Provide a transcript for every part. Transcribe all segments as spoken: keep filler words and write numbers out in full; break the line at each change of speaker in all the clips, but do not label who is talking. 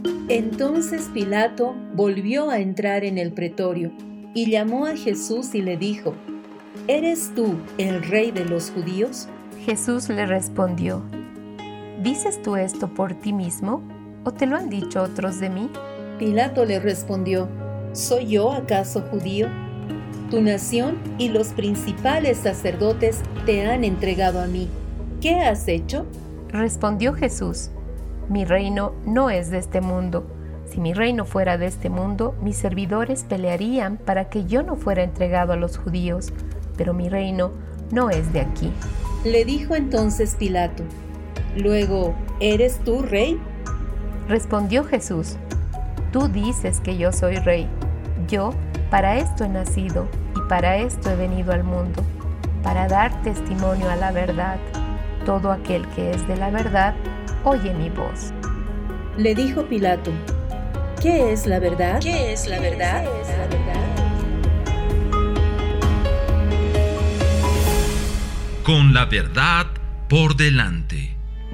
Entonces Pilato volvió a entrar en el pretorio y llamó a Jesús y le dijo: ¿Eres tú el rey de los judíos?
Jesús le respondió: ¿Dices tú esto por ti mismo o te lo han dicho otros de mí?
Pilato le respondió: ¿Soy yo acaso judío? Tu nación y los principales sacerdotes te han entregado a mí. ¿Qué has hecho?
Respondió Jesús: Mi reino no es de este mundo. Si mi reino fuera de este mundo, mis servidores pelearían para que yo no fuera entregado a los judíos, pero mi reino no es de aquí.
Le dijo entonces Pilato: Luego, ¿eres tú rey?
Respondió Jesús: Tú dices que yo soy rey. Yo para esto he nacido y para esto he venido al mundo, para dar testimonio a la verdad. Todo aquel que es de la verdad oye mi voz.
Le dijo Pilato: ¿Qué es la verdad?
¿Qué es la verdad?
¿Qué es la verdad?
Con la verdad por delante.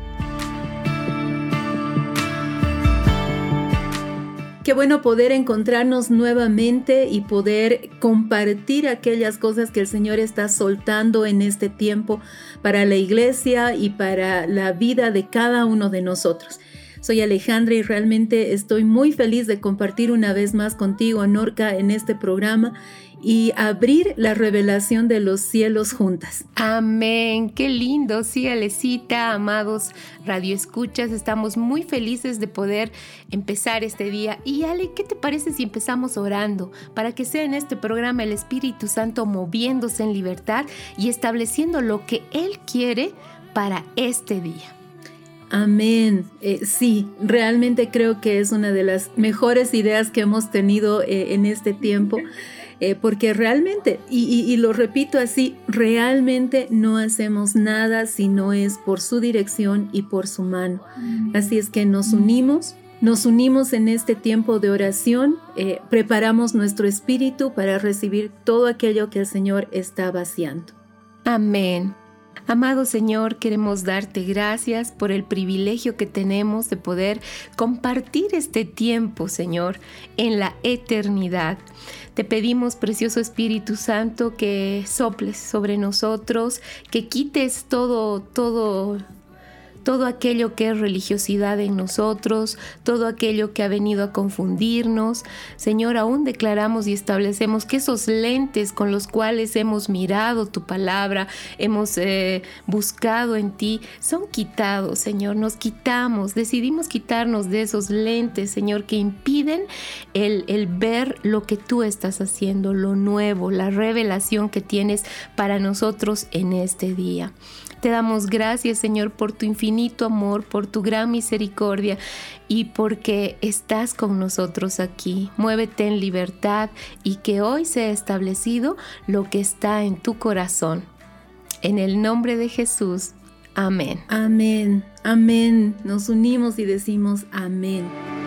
Qué bueno poder encontrarnos nuevamente y poder compartir aquellas cosas que el Señor está soltando en este tiempo para la iglesia y para la vida de cada uno de nosotros. Soy Alejandra y realmente estoy muy feliz de compartir una vez más contigo, Norca, en este programa y abrir la revelación de los cielos juntas.
Amén, qué lindo, sí, Alecita, amados radioescuchas, estamos muy felices de poder empezar este día. Y Ale, ¿qué te parece si empezamos orando para que sea en este programa el Espíritu Santo moviéndose en libertad y estableciendo lo que Él quiere para este día?
Amén. Eh, sí, realmente creo que es una de las mejores ideas que hemos tenido eh, en este tiempo. Eh, porque realmente, y, y, y lo repito así, realmente no hacemos nada si no es por su dirección y por su mano. Así es que nos unimos, nos unimos en este tiempo de oración, eh, preparamos nuestro espíritu para recibir todo aquello que el Señor está vaciando.
Amén. Amado Señor, queremos darte gracias por el privilegio que tenemos de poder compartir este tiempo, Señor, en la eternidad. Te pedimos, precioso Espíritu Santo, que soples sobre nosotros, que quites todo, todo, todo aquello que es religiosidad en nosotros, todo aquello que ha venido a confundirnos. Señor, aún declaramos y establecemos que esos lentes con los cuales hemos mirado tu palabra, hemos eh, buscado en ti, son quitados, Señor. Nos quitamos, decidimos quitarnos de esos lentes, Señor, que impiden el, el ver lo que tú estás haciendo, lo nuevo, la revelación que tienes para nosotros en este día. Te damos gracias, Señor, por tu infinito amor, por tu gran misericordia y porque estás con nosotros aquí. Muévete en libertad y que hoy sea establecido lo que está en tu corazón. En el nombre de Jesús, amén.
Amén, amén. Nos unimos y decimos amén.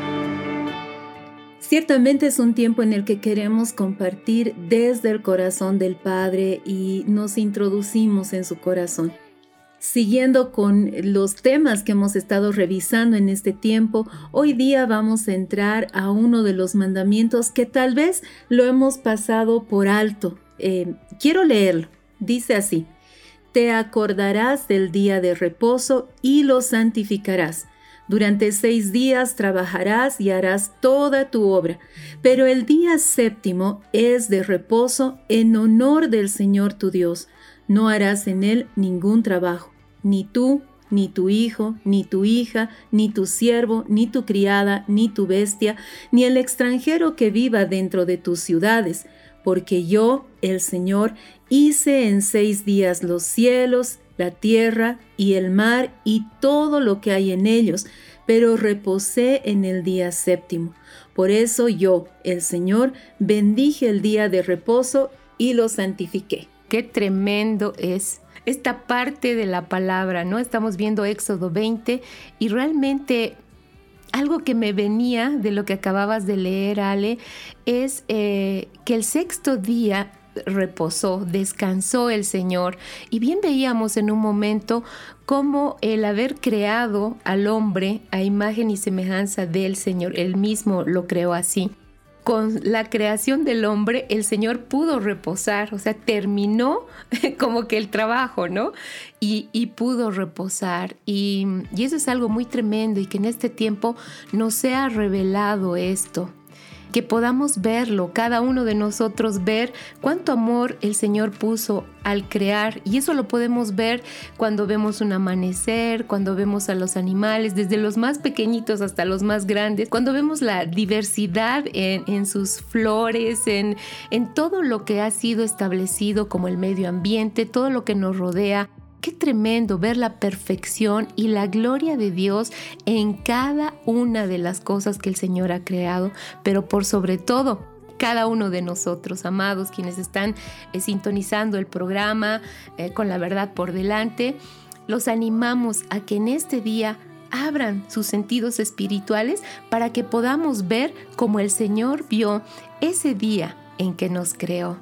Ciertamente es un tiempo en el que queremos compartir desde el corazón del Padre y nos introducimos en su corazón. Siguiendo con los temas que hemos estado revisando en este tiempo, hoy día vamos a entrar a uno de los mandamientos que tal vez lo hemos pasado por alto. Eh, quiero leerlo. Dice así: Te acordarás del día de reposo y lo santificarás. Durante seis días trabajarás y harás toda tu obra, pero el día séptimo es de reposo en honor del Señor tu Dios. No harás en él ningún trabajo, ni tú, ni tu hijo, ni tu hija, ni tu siervo, ni tu criada, ni tu bestia, ni el extranjero que viva dentro de tus ciudades, porque yo, el Señor, hice en seis días los cielos, la tierra y el mar y todo lo que hay en ellos, pero reposé en el día séptimo. Por eso yo, el Señor, bendije el día de reposo y lo santifiqué.
Qué tremendo es esta parte de la palabra, ¿no? Estamos viendo Éxodo veinte y realmente algo que me venía de lo que acababas de leer, Ale, es eh, que el sexto día reposó, descansó el Señor. Y bien veíamos en un momento cómo el haber creado al hombre a imagen y semejanza del Señor, Él mismo lo creó así. Con la creación del hombre, el Señor pudo reposar, o sea, terminó como que el trabajo, ¿no? Y, y pudo reposar. Y, y eso es algo muy tremendo y que en este tiempo nos sea revelado esto. Que podamos verlo, cada uno de nosotros ver cuánto amor el Señor puso al crear. Y eso lo podemos ver cuando vemos un amanecer, cuando vemos a los animales, desde los más pequeñitos hasta los más grandes, cuando vemos la diversidad en, en sus flores, en, en todo lo que ha sido establecido como el medio ambiente, todo lo que nos rodea. Qué tremendo ver la perfección y la gloria de Dios en cada una de las cosas que el Señor ha creado, pero por sobre todo, cada uno de nosotros, amados, quienes están eh, sintonizando el programa eh, con la verdad por delante, los animamos a que en este día abran sus sentidos espirituales para que podamos ver como el Señor vio ese día en que nos creó.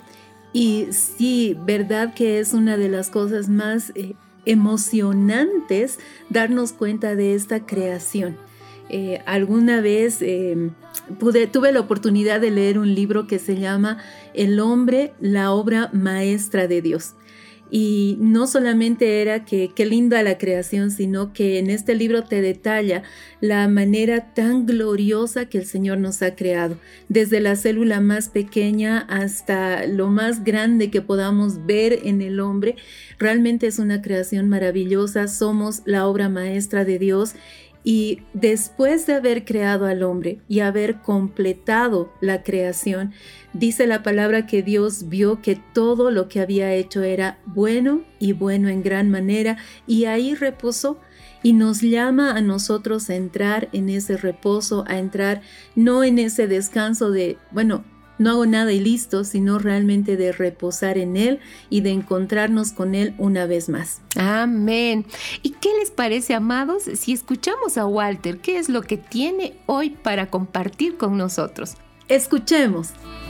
Y sí, verdad que es una de las cosas más eh, emocionantes darnos cuenta de esta creación. Eh, alguna vez eh, pude, tuve la oportunidad de leer un libro que se llama El hombre, la obra maestra de Dios. Y no solamente era que qué linda la creación, sino que en este libro te detalla la manera tan gloriosa que el Señor nos ha creado. Desde la célula más pequeña hasta lo más grande que podamos ver en el hombre. Realmente es una creación maravillosa. Somos la obra maestra de Dios. Y después de haber creado al hombre y haber completado la creación, dice la palabra que Dios vio que todo lo que había hecho era bueno y bueno en gran manera, y ahí reposó. Y nos llama a nosotros a entrar en ese reposo, a entrar no en ese descanso de, bueno, no hago nada y listo, sino realmente de reposar en Él y de encontrarnos con Él una vez más.
Amén. ¿Y qué les parece, amados, si escuchamos a Walter? ¿Qué es lo que tiene hoy para compartir con nosotros?
Escuchemos.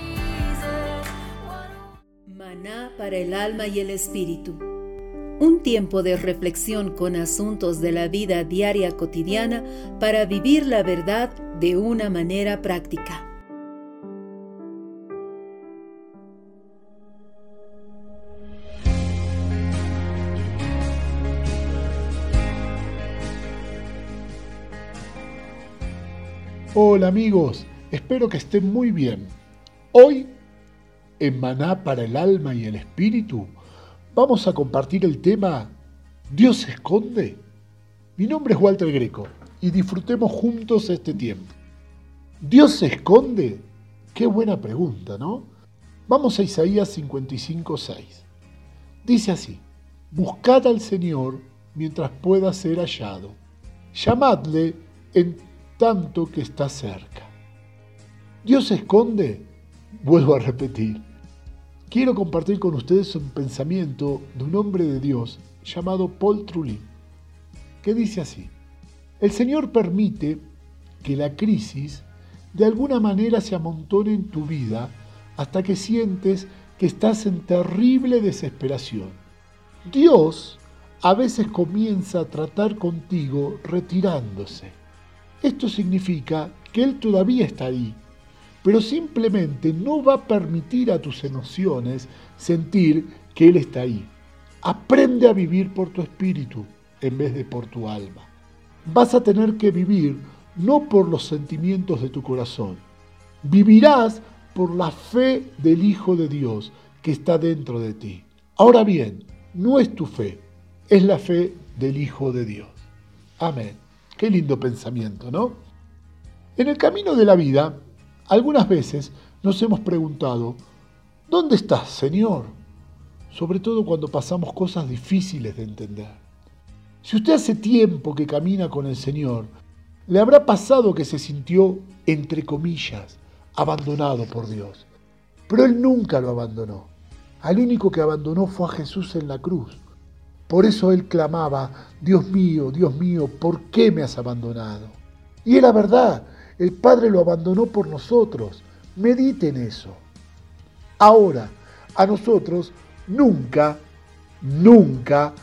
Maná para el alma y el espíritu. Un tiempo de reflexión con asuntos de la vida diaria cotidiana para vivir la verdad de una manera práctica.
Hola amigos, espero que estén muy bien. Hoy, en Maná para el alma y el espíritu, vamos a compartir el tema ¿Dios se esconde? Mi nombre es Walter Greco y disfrutemos juntos este tiempo. ¿Dios se esconde? Qué buena pregunta, ¿no? Vamos a Isaías cincuenta y cinco, seis. Dice así: buscad al Señor mientras pueda ser hallado. Llamadle en tanto que está cerca. ¿Dios se esconde? Vuelvo a repetir. Quiero compartir con ustedes un pensamiento de un hombre de Dios llamado Paul Trulli, que dice así: el Señor permite que la crisis de alguna manera se amontone en tu vida hasta que sientes que estás en terrible desesperación. Dios a veces comienza a tratar contigo retirándose. Esto significa que Él todavía está ahí, pero simplemente no va a permitir a tus emociones sentir que Él está ahí. Aprende a vivir por tu espíritu en vez de por tu alma. Vas a tener que vivir no por los sentimientos de tu corazón. Vivirás por la fe del Hijo de Dios que está dentro de ti. Ahora bien, no es tu fe, es la fe del Hijo de Dios. Amén. Qué lindo pensamiento, ¿no? En el camino de la vida, algunas veces nos hemos preguntado, ¿dónde estás, Señor? Sobre todo cuando pasamos cosas difíciles de entender. Si usted hace tiempo que camina con el Señor, le habrá pasado que se sintió, entre comillas, abandonado por Dios. Pero Él nunca lo abandonó. Al único que abandonó fue a Jesús en la cruz. Por eso Él clamaba, Dios mío, Dios mío, ¿por qué me has abandonado? Y era verdad, el Padre lo abandonó por nosotros. Medite en eso. Ahora, a nosotros nunca, nunca,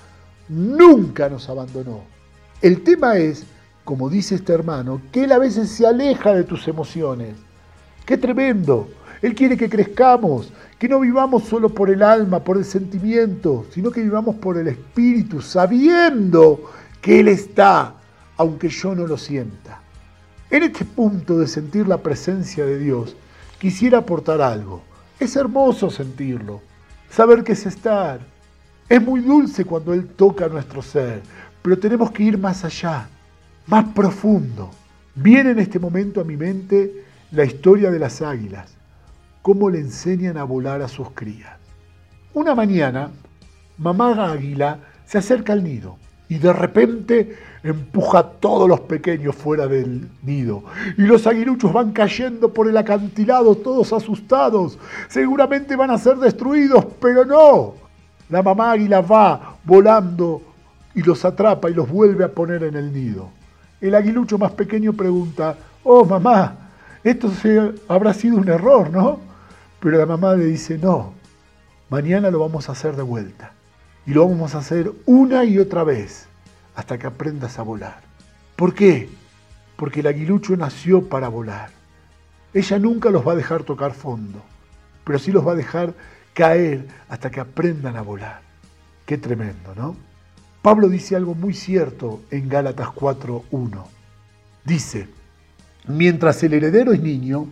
nunca nos abandonó. El tema es, como dice este hermano, que Él a veces se aleja de tus emociones. ¡Qué tremendo! Él quiere que crezcamos, que no vivamos solo por el alma, por el sentimiento, sino que vivamos por el espíritu, sabiendo que Él está, aunque yo no lo sienta. En este punto de sentir la presencia de Dios, quisiera aportar algo. Es hermoso sentirlo, saber que es estar. Es muy dulce cuando Él toca nuestro ser, pero tenemos que ir más allá, más profundo. Viene en este momento a mi mente la historia de las águilas, cómo le enseñan a volar a sus crías. Una mañana, mamá águila se acerca al nido y de repente empuja a todos los pequeños fuera del nido. Y los aguiluchos van cayendo por el acantilado, todos asustados. Seguramente van a ser destruidos, pero no. La mamá águila va volando y los atrapa y los vuelve a poner en el nido. El aguilucho más pequeño pregunta, oh mamá, esto se, habrá sido un error, ¿no? Pero la mamá le dice, no, mañana lo vamos a hacer de vuelta. Y lo vamos a hacer una y otra vez, hasta que aprendas a volar. ¿Por qué? Porque el aguilucho nació para volar. Ella nunca los va a dejar tocar fondo, pero sí los va a dejar caer hasta que aprendan a volar. Qué tremendo, ¿no? Pablo dice algo muy cierto en Gálatas cuatro uno. Dice, mientras el heredero es niño,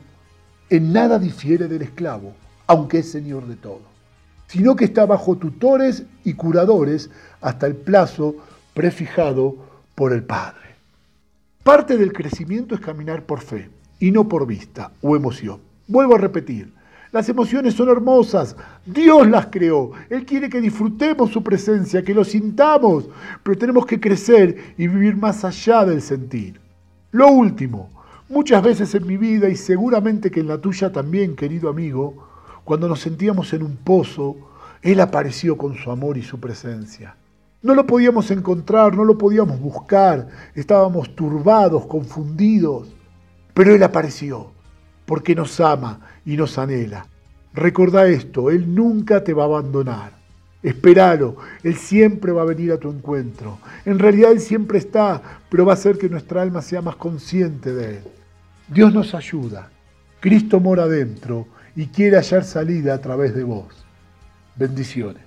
en nada difiere del esclavo, aunque es señor de todo, sino que está bajo tutores y curadores hasta el plazo prefijado por el Padre. Parte del crecimiento es caminar por fe y no por vista o emoción. Vuelvo a repetir, las emociones son hermosas, Dios las creó, Él quiere que disfrutemos su presencia, que lo sintamos, pero tenemos que crecer y vivir más allá del sentir. Lo último, muchas veces en mi vida y seguramente que en la tuya también, querido amigo, cuando nos sentíamos en un pozo, Él apareció con su amor y su presencia. No lo podíamos encontrar, no lo podíamos buscar, estábamos turbados, confundidos, pero Él apareció, porque nos ama y nos anhela. Recordá esto, Él nunca te va a abandonar. Espéralo, Él siempre va a venir a tu encuentro. En realidad Él siempre está, pero va a hacer que nuestra alma sea más consciente de Él. Dios nos ayuda, Cristo mora dentro y quiere hallar salida a través de vos. Bendiciones.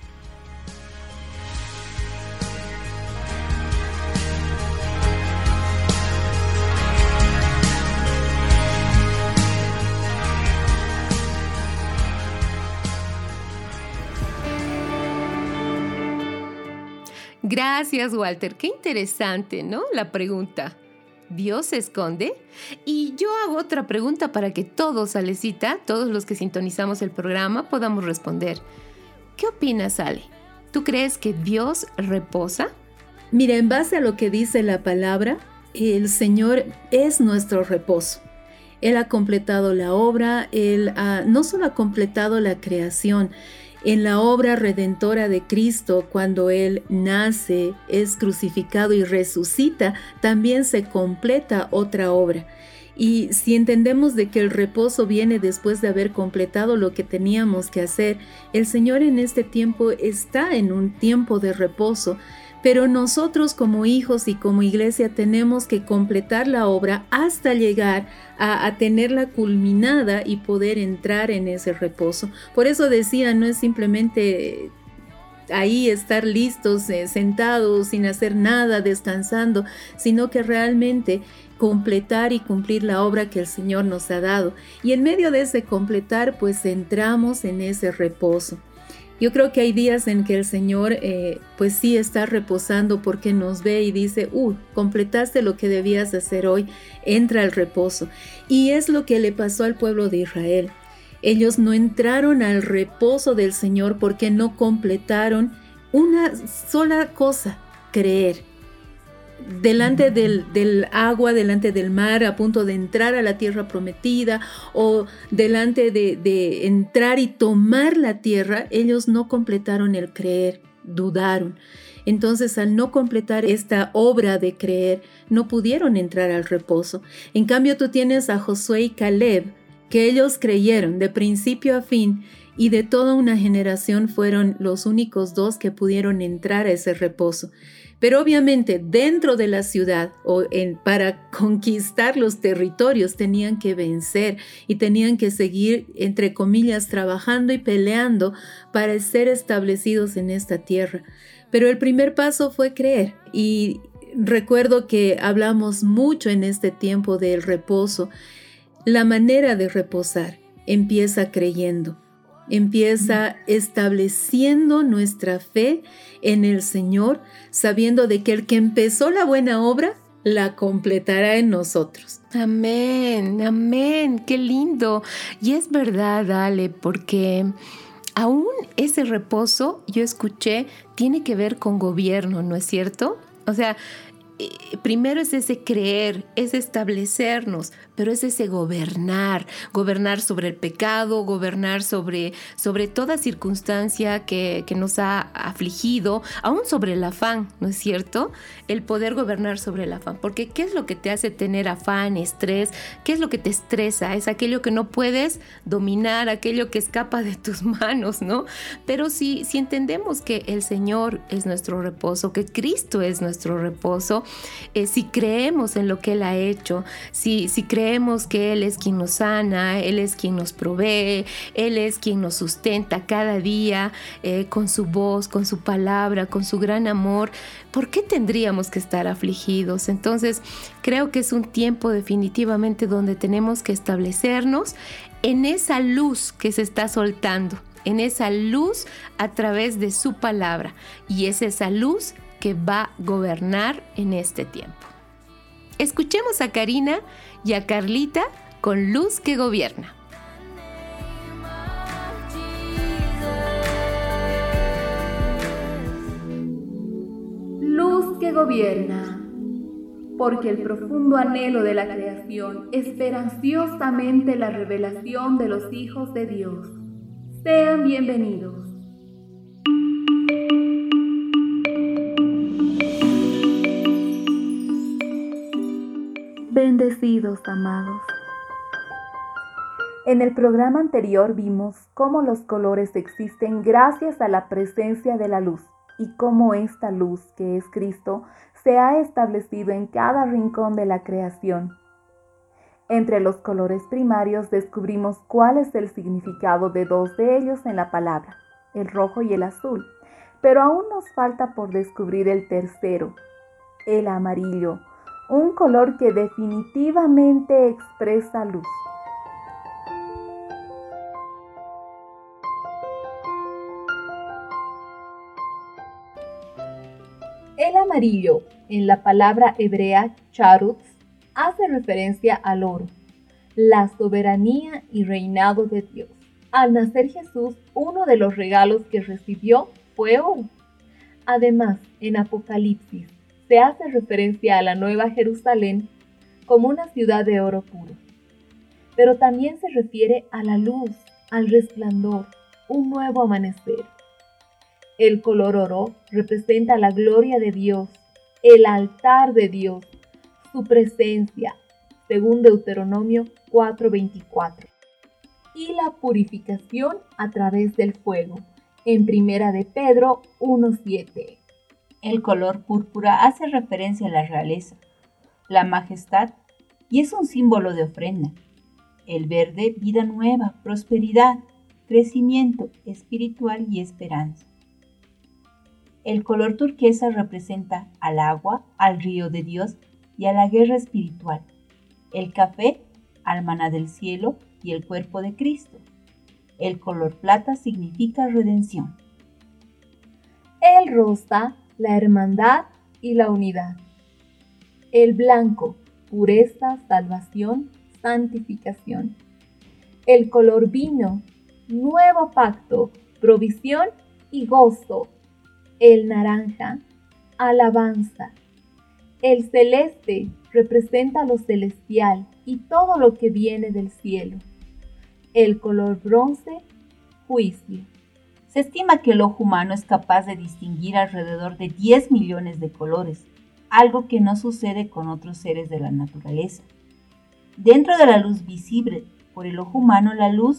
Gracias, Walter. Qué interesante, ¿no? La pregunta. ¿Dios se esconde? Y yo hago otra pregunta para que todos, Alecita, todos los que sintonizamos el programa, podamos responder. ¿Qué opinas, Ale? ¿Tú crees que Dios reposa?
Mira, en base a lo que dice la palabra, el Señor es nuestro reposo. Él ha completado la obra, Él ha, no solo ha completado la creación, en la obra redentora de Cristo, cuando Él nace, es crucificado y resucita, también se completa otra obra. Y si entendemos de que el reposo viene después de haber completado lo que teníamos que hacer, el Señor en este tiempo está en un tiempo de reposo, pero nosotros como hijos y como iglesia tenemos que completar la obra hasta llegar a, a tenerla culminada y poder entrar en ese reposo. Por eso decía, no es simplemente ahí estar listos, eh, sentados, sin hacer nada, descansando, sino que realmente completar y cumplir la obra que el Señor nos ha dado. Y en medio de ese completar, pues entramos en ese reposo. Yo creo que hay días en que el Señor eh, pues sí está reposando porque nos ve y dice, uh, completaste lo que debías hacer hoy, entra al reposo. Y es lo que le pasó al pueblo de Israel. Ellos no entraron al reposo del Señor porque no completaron una sola cosa, creer. Delante del, del agua, delante del mar, a punto de entrar a la tierra prometida, o delante de, de entrar y tomar la tierra, ellos no completaron el creer, dudaron. Entonces, al no completar esta obra de creer, no pudieron entrar al reposo. En cambio, tú tienes a Josué y Caleb, que ellos creyeron de principio a fin, y de toda una generación fueron los únicos dos que pudieron entrar a ese reposo. Pero obviamente dentro de la ciudad o en, para conquistar los territorios tenían que vencer y tenían que seguir, entre comillas, trabajando y peleando para ser establecidos en esta tierra. Pero el primer paso fue creer, y recuerdo que hablamos mucho en este tiempo del reposo. La manera de reposar empieza creyendo. Empieza estableciendo nuestra fe en el Señor, sabiendo de que el que empezó la buena obra, la completará en nosotros.
Amén, amén, qué lindo. Y es verdad, Ale, porque aún ese reposo, yo escuché, tiene que ver con gobierno, ¿no es cierto? O sea, primero es ese creer, es establecernos, pero es ese gobernar, gobernar sobre el pecado, gobernar sobre, sobre toda circunstancia que, que nos ha afligido, aún sobre el afán, ¿no es cierto? El poder gobernar sobre el afán, porque ¿qué es lo que te hace tener afán, estrés? ¿Qué es lo que te estresa? Es aquello que no puedes dominar, aquello que escapa de tus manos, ¿no? Pero si, si entendemos que el Señor es nuestro reposo, que Cristo es nuestro reposo, eh, si creemos en lo que Él ha hecho, si, si creemos que Él es quien nos sana, Él es quien nos provee, Él es quien nos sustenta cada día eh, con su voz, con su palabra, con su gran amor, ¿por qué tendríamos que estar afligidos? Entonces, creo que es un tiempo definitivamente donde tenemos que establecernos en esa luz que se está soltando, en esa luz a través de su palabra, y es esa luz que va a gobernar en este tiempo. Escuchemos a Karina y a Carlita con Luz que Gobierna.
Luz que gobierna, porque el profundo anhelo de la creación espera ansiosamente la revelación de los hijos de Dios. Sean bienvenidos. Bendecidos, amados. En el programa anterior vimos cómo los colores existen gracias a la presencia de la luz y cómo esta luz, que es Cristo, se ha establecido en cada rincón de la creación. Entre los colores primarios descubrimos cuál es el significado de dos de ellos en la palabra, el rojo y el azul, pero aún nos falta por descubrir el tercero, el amarillo, un color que definitivamente expresa luz. El amarillo, en la palabra hebrea charutz, hace referencia al oro, la soberanía y reinado de Dios. Al nacer Jesús, uno de los regalos que recibió fue oro. Además, en Apocalipsis, se hace referencia a la Nueva Jerusalén como una ciudad de oro puro. Pero también se refiere a la luz, al resplandor, un nuevo amanecer. El color oro representa la gloria de Dios, el altar de Dios, su presencia, según Deuteronomio cuatro veinticuatro. Y la purificación a través del fuego, en Primera de Pedro uno siete.
El color púrpura hace referencia a la realeza, la majestad, y es un símbolo de ofrenda. El verde, vida nueva, prosperidad, crecimiento espiritual y esperanza. El color turquesa representa al agua, al río de Dios y a la guerra espiritual. El café, al maná del cielo y el cuerpo de Cristo. El color plata significa redención.
El rosa, la hermandad y la unidad. El blanco, pureza, salvación, santificación. El color vino, nuevo pacto, provisión y gozo. El naranja, alabanza. El celeste representa lo celestial y todo lo que viene del cielo. El color bronce, juicio.
Se estima que el ojo humano es capaz de distinguir alrededor de diez millones de colores, algo que no sucede con otros seres de la naturaleza. Dentro de la luz visible por el ojo humano, la luz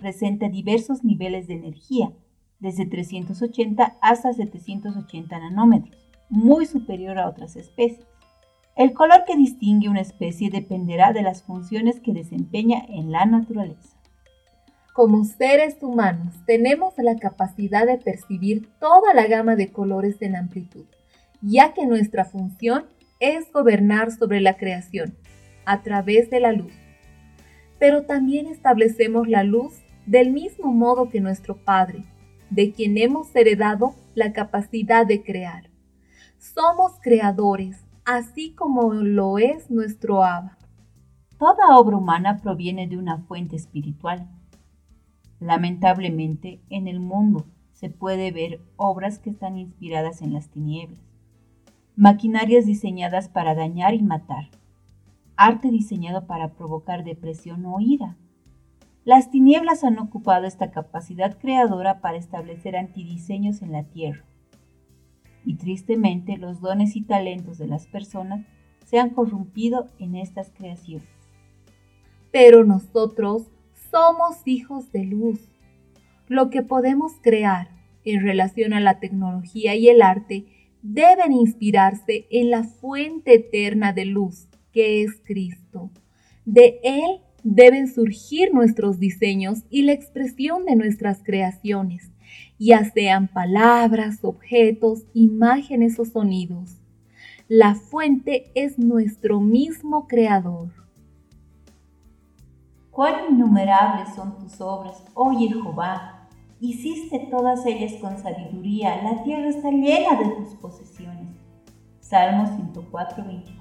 presenta diversos niveles de energía, desde trescientos ochenta hasta setecientos ochenta nanómetros, muy superior a otras especies. El color que distingue una especie dependerá de las funciones que desempeña en la naturaleza.
Como seres humanos, tenemos la capacidad de percibir toda la gama de colores en amplitud, ya que nuestra función es gobernar sobre la creación a través de la luz. Pero también establecemos la luz del mismo modo que nuestro Padre, de quien hemos heredado la capacidad de crear. Somos creadores, así como lo es nuestro Abba.
Toda obra humana proviene de una fuente espiritual. Lamentablemente, en el mundo se puede ver obras que están inspiradas en las tinieblas, maquinarias diseñadas para dañar y matar, arte diseñado para provocar depresión o ira. Las tinieblas han ocupado esta capacidad creadora para establecer antidiseños en la tierra. Y tristemente los dones y talentos de las personas se han corrompido en estas creaciones.
Pero nosotros somos hijos de luz. Lo que podemos crear en relación a la tecnología y el arte deben inspirarse en la fuente eterna de luz, que es Cristo. De Él deben surgir nuestros diseños y la expresión de nuestras creaciones, ya sean palabras, objetos, imágenes o sonidos. La fuente es nuestro mismo Creador.
Cuán innumerables son tus obras, oh Jehová. Hiciste todas ellas con sabiduría, la tierra está llena de tus posesiones. Salmo ciento cuatro, veinticuatro.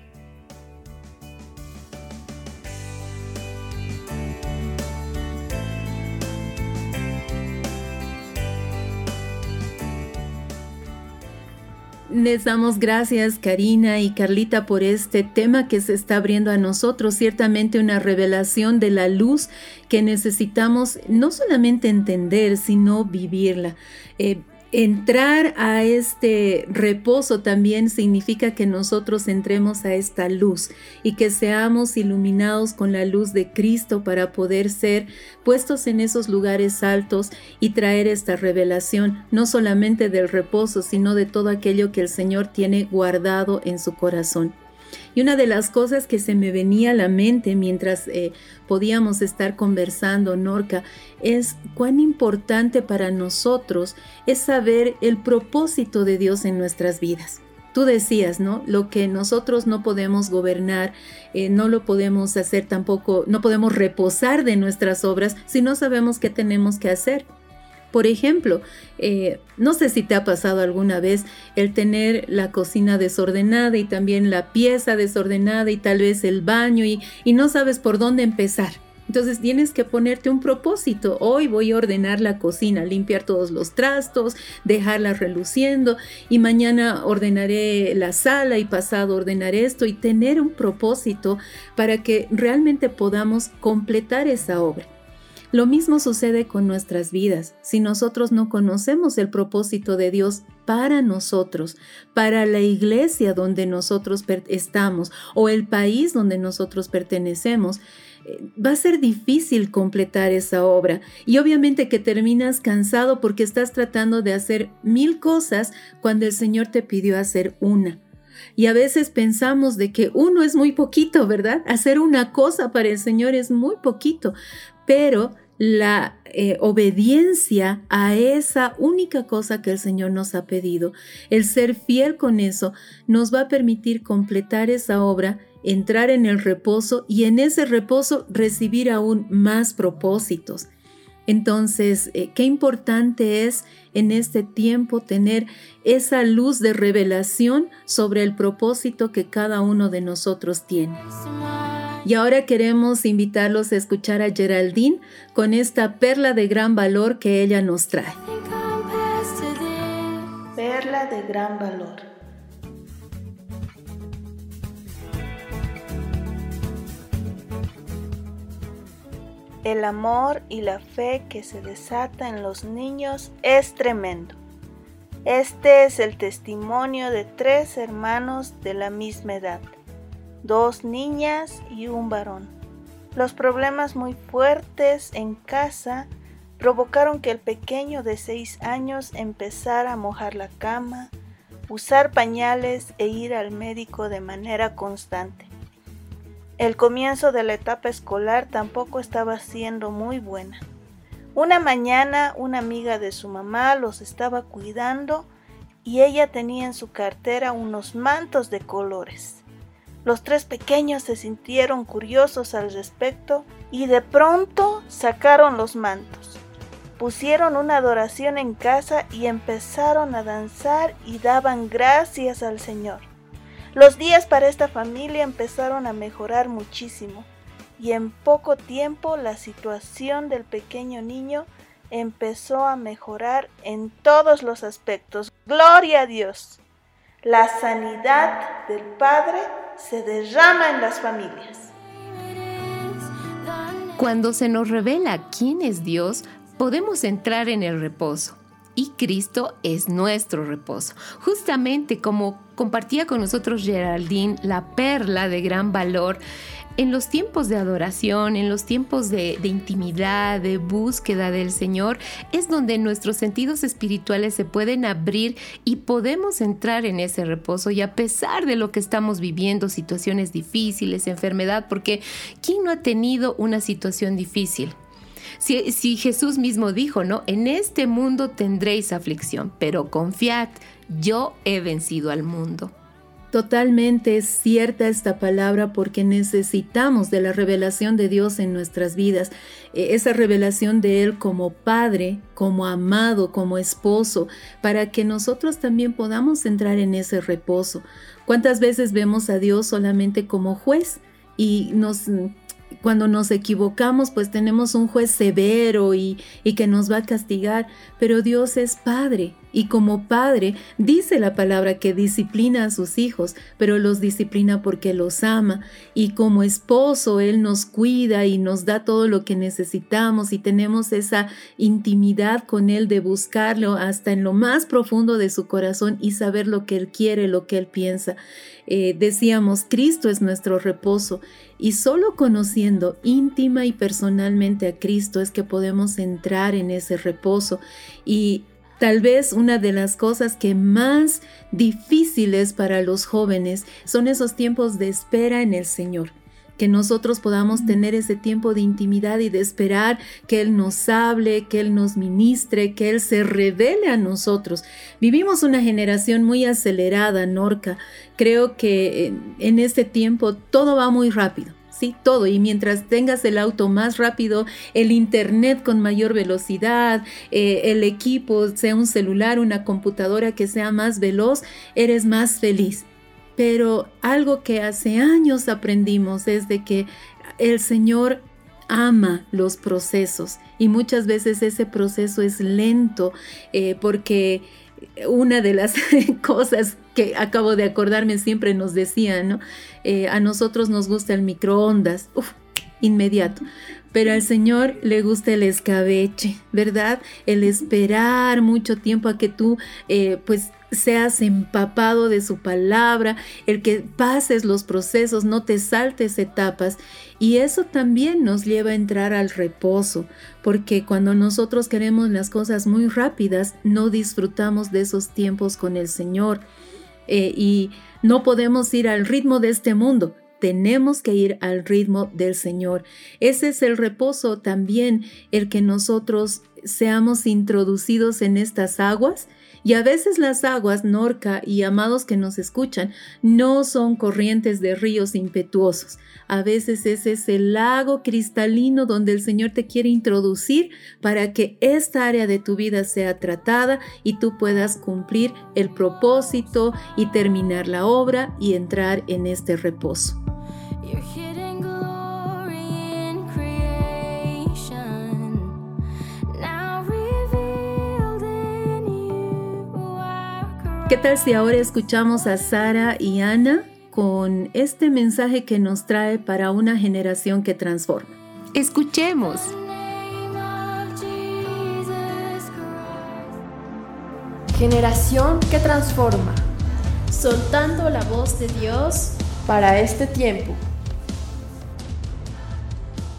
Les damos gracias, Karina y Carlita, por este tema que se está abriendo a nosotros. Ciertamente una revelación de la luz que necesitamos no solamente entender, sino vivirla. Eh, Entrar a este reposo también significa que nosotros entremos a esta luz y que seamos iluminados con la luz de Cristo para poder ser puestos en esos lugares altos y traer esta revelación, no solamente del reposo, sino de todo aquello que el Señor tiene guardado en su corazón. Y una de las cosas que se me venía a la mente mientras eh, podíamos estar conversando, Norca, es cuán importante para nosotros es saber el propósito de Dios en nuestras vidas. Tú decías, ¿no? Lo que nosotros no podemos gobernar, eh, no lo podemos hacer tampoco, no podemos reposar de nuestras obras si no sabemos qué tenemos que hacer. Por ejemplo, eh, no sé si te ha pasado alguna vez el tener la cocina desordenada y también la pieza desordenada y tal vez el baño y, y no sabes por dónde empezar. Entonces tienes que ponerte un propósito. Hoy voy a ordenar la cocina, limpiar todos los trastos, dejarla reluciendo y mañana ordenaré la sala y pasado ordenaré esto y tener un propósito para que realmente podamos completar esa obra. Lo mismo sucede con nuestras vidas. Si nosotros no conocemos el propósito de Dios para nosotros, para la iglesia donde nosotros estamos o el país donde nosotros pertenecemos, va a ser difícil completar esa obra. Y obviamente que terminas cansado porque estás tratando de hacer mil cosas cuando el Señor te pidió hacer una. Y a veces pensamos de que uno es muy poquito, ¿verdad? Hacer una cosa para el Señor es muy poquito, pero la eh, obediencia a esa única cosa que el Señor nos ha pedido, el ser fiel con eso, nos va a permitir completar esa obra, entrar en el reposo y en ese reposo recibir aún más propósitos. Entonces, eh, qué importante es en este tiempo tener esa luz de revelación sobre el propósito que cada uno de nosotros tiene. Y ahora queremos invitarlos a escuchar a Geraldine con esta perla de gran valor que ella nos trae.
Perla de gran valor. El amor y la fe que se desata en los niños es tremendo. Este es el testimonio de tres hermanos de la misma edad, dos niñas y un varón. Los problemas muy fuertes en casa provocaron que el pequeño de seis años empezara a mojar la cama, usar pañales e ir al médico de manera constante. El comienzo de la etapa escolar tampoco estaba siendo muy buena. Una mañana, una amiga de su mamá los estaba cuidando y ella tenía en su cartera unos mantos de colores. Los tres pequeños se sintieron curiosos al respecto y de pronto sacaron los mantos. Pusieron una adoración en casa y empezaron a danzar y daban gracias al Señor. Los días para esta familia empezaron a mejorar muchísimo y en poco tiempo la situación del pequeño niño empezó a mejorar en todos los aspectos. ¡Gloria a Dios! La sanidad del Padre se derrama en las familias.
Cuando se nos revela quién es Dios, podemos entrar en el reposo. Y Cristo es nuestro reposo. Justamente como compartía con nosotros Geraldine, la perla de gran valor, en los tiempos de adoración, en los tiempos de, de intimidad, de búsqueda del Señor, es donde nuestros sentidos espirituales se pueden abrir y podemos entrar en ese reposo. Y a pesar de lo que estamos viviendo, situaciones difíciles, enfermedad, porque ¿quién no ha tenido una situación difícil? Si, si Jesús mismo dijo, ¿no? En este mundo tendréis aflicción, pero confiad, yo he vencido al mundo.
Totalmente es cierta esta palabra porque necesitamos de la revelación de Dios en nuestras vidas, esa revelación de Él como Padre, como amado, como esposo, para que nosotros también podamos entrar en ese reposo. ¿Cuántas veces vemos a Dios solamente como juez y nos... Cuando nos equivocamos, pues tenemos un juez severo y, y que nos va a castigar, pero Dios es Padre y como Padre dice la palabra que disciplina a sus hijos, pero los disciplina porque los ama y como esposo Él nos cuida y nos da todo lo que necesitamos y tenemos esa intimidad con Él de buscarlo hasta en lo más profundo de su corazón y saber lo que Él quiere, lo que Él piensa. Eh, decíamos, Cristo es nuestro reposo y solo conociendo íntima y personalmente a Cristo es que podemos entrar en ese reposo. Y tal vez una de las cosas que más difíciles para los jóvenes son esos tiempos de espera en el Señor. Que nosotros podamos tener ese tiempo de intimidad y de esperar que Él nos hable, que Él nos ministre, que Él se revele a nosotros. Vivimos una generación muy acelerada, Norca. Creo que en, en este tiempo todo va muy rápido. Sí, todo. Y mientras tengas el auto más rápido, el internet con mayor velocidad, eh, el equipo, sea un celular, una computadora que sea más veloz, eres más feliz. Pero algo que hace años aprendimos es de que el Señor ama los procesos y muchas veces ese proceso es lento eh, porque una de las cosas que acabo de acordarme siempre nos decían, ¿no? Eh, a nosotros nos gusta el microondas, uf, inmediato. Pero al Señor le gusta el escabeche, ¿verdad? El esperar mucho tiempo a que tú, eh, pues, seas empapado de su palabra, el que pases los procesos, no te saltes etapas. Y eso también nos lleva a entrar al reposo, porque cuando nosotros queremos las cosas muy rápidas, no disfrutamos de esos tiempos con el Señor. Eh, y no podemos ir al ritmo de este mundo. Tenemos que ir al ritmo del Señor. Ese es el reposo también, el que nosotros seamos introducidos en estas aguas. Y a veces las aguas, Norca y amados que nos escuchan, no son corrientes de ríos impetuosos. A veces es ese lago cristalino donde el Señor te quiere introducir para que esta área de tu vida sea tratada y tú puedas cumplir el propósito y terminar la obra y entrar en este reposo. ¿Qué tal si ahora escuchamos a Sara y Ana con este mensaje que nos trae para una generación que transforma?
Escuchemos.
Generación que transforma, soltando la voz de Dios para este tiempo.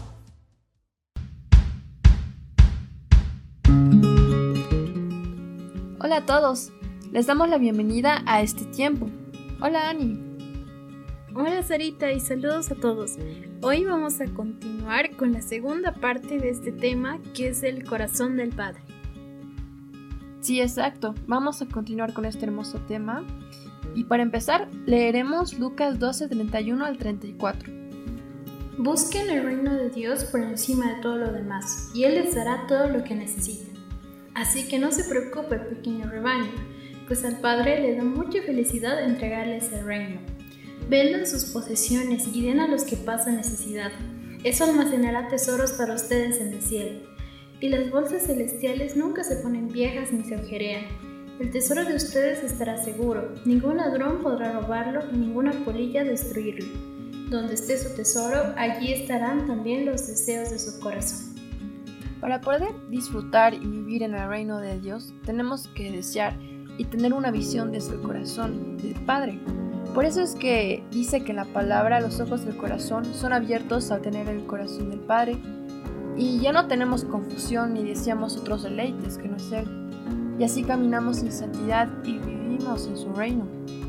a todos, les damos la bienvenida a este tiempo. Hola Ani.
Hola Sarita y saludos a todos. Hoy vamos a continuar con la segunda parte de este tema, que es el corazón del Padre.
Sí, exacto, vamos a continuar con este hermoso tema. Y para empezar, leeremos Lucas doce, treinta y uno al treinta y cuatro.
Busquen el reino de Dios por encima de todo lo demás, y Él les dará todo lo que necesiten. Así que no se preocupe, pequeño rebaño, pues al Padre le da mucha felicidad entregarles el reino. Vendan sus posesiones y den a los que pasan necesidad. Eso almacenará tesoros para ustedes en el cielo. Y las bolsas celestiales nunca se ponen viejas ni se agujerean. El tesoro de ustedes estará seguro, ningún ladrón podrá robarlo y ninguna polilla destruirlo. Donde esté su tesoro, allí estarán también los deseos de su corazón.
Para poder disfrutar y vivir en el reino de Dios, tenemos que desear y tener una visión desde el corazón del Padre. Por eso es que dice que en la palabra los ojos del corazón son abiertos al tener el corazón del Padre, y ya no tenemos confusión ni deseamos otros deleites que no es Él, y así caminamos en santidad y vivimos en su reino.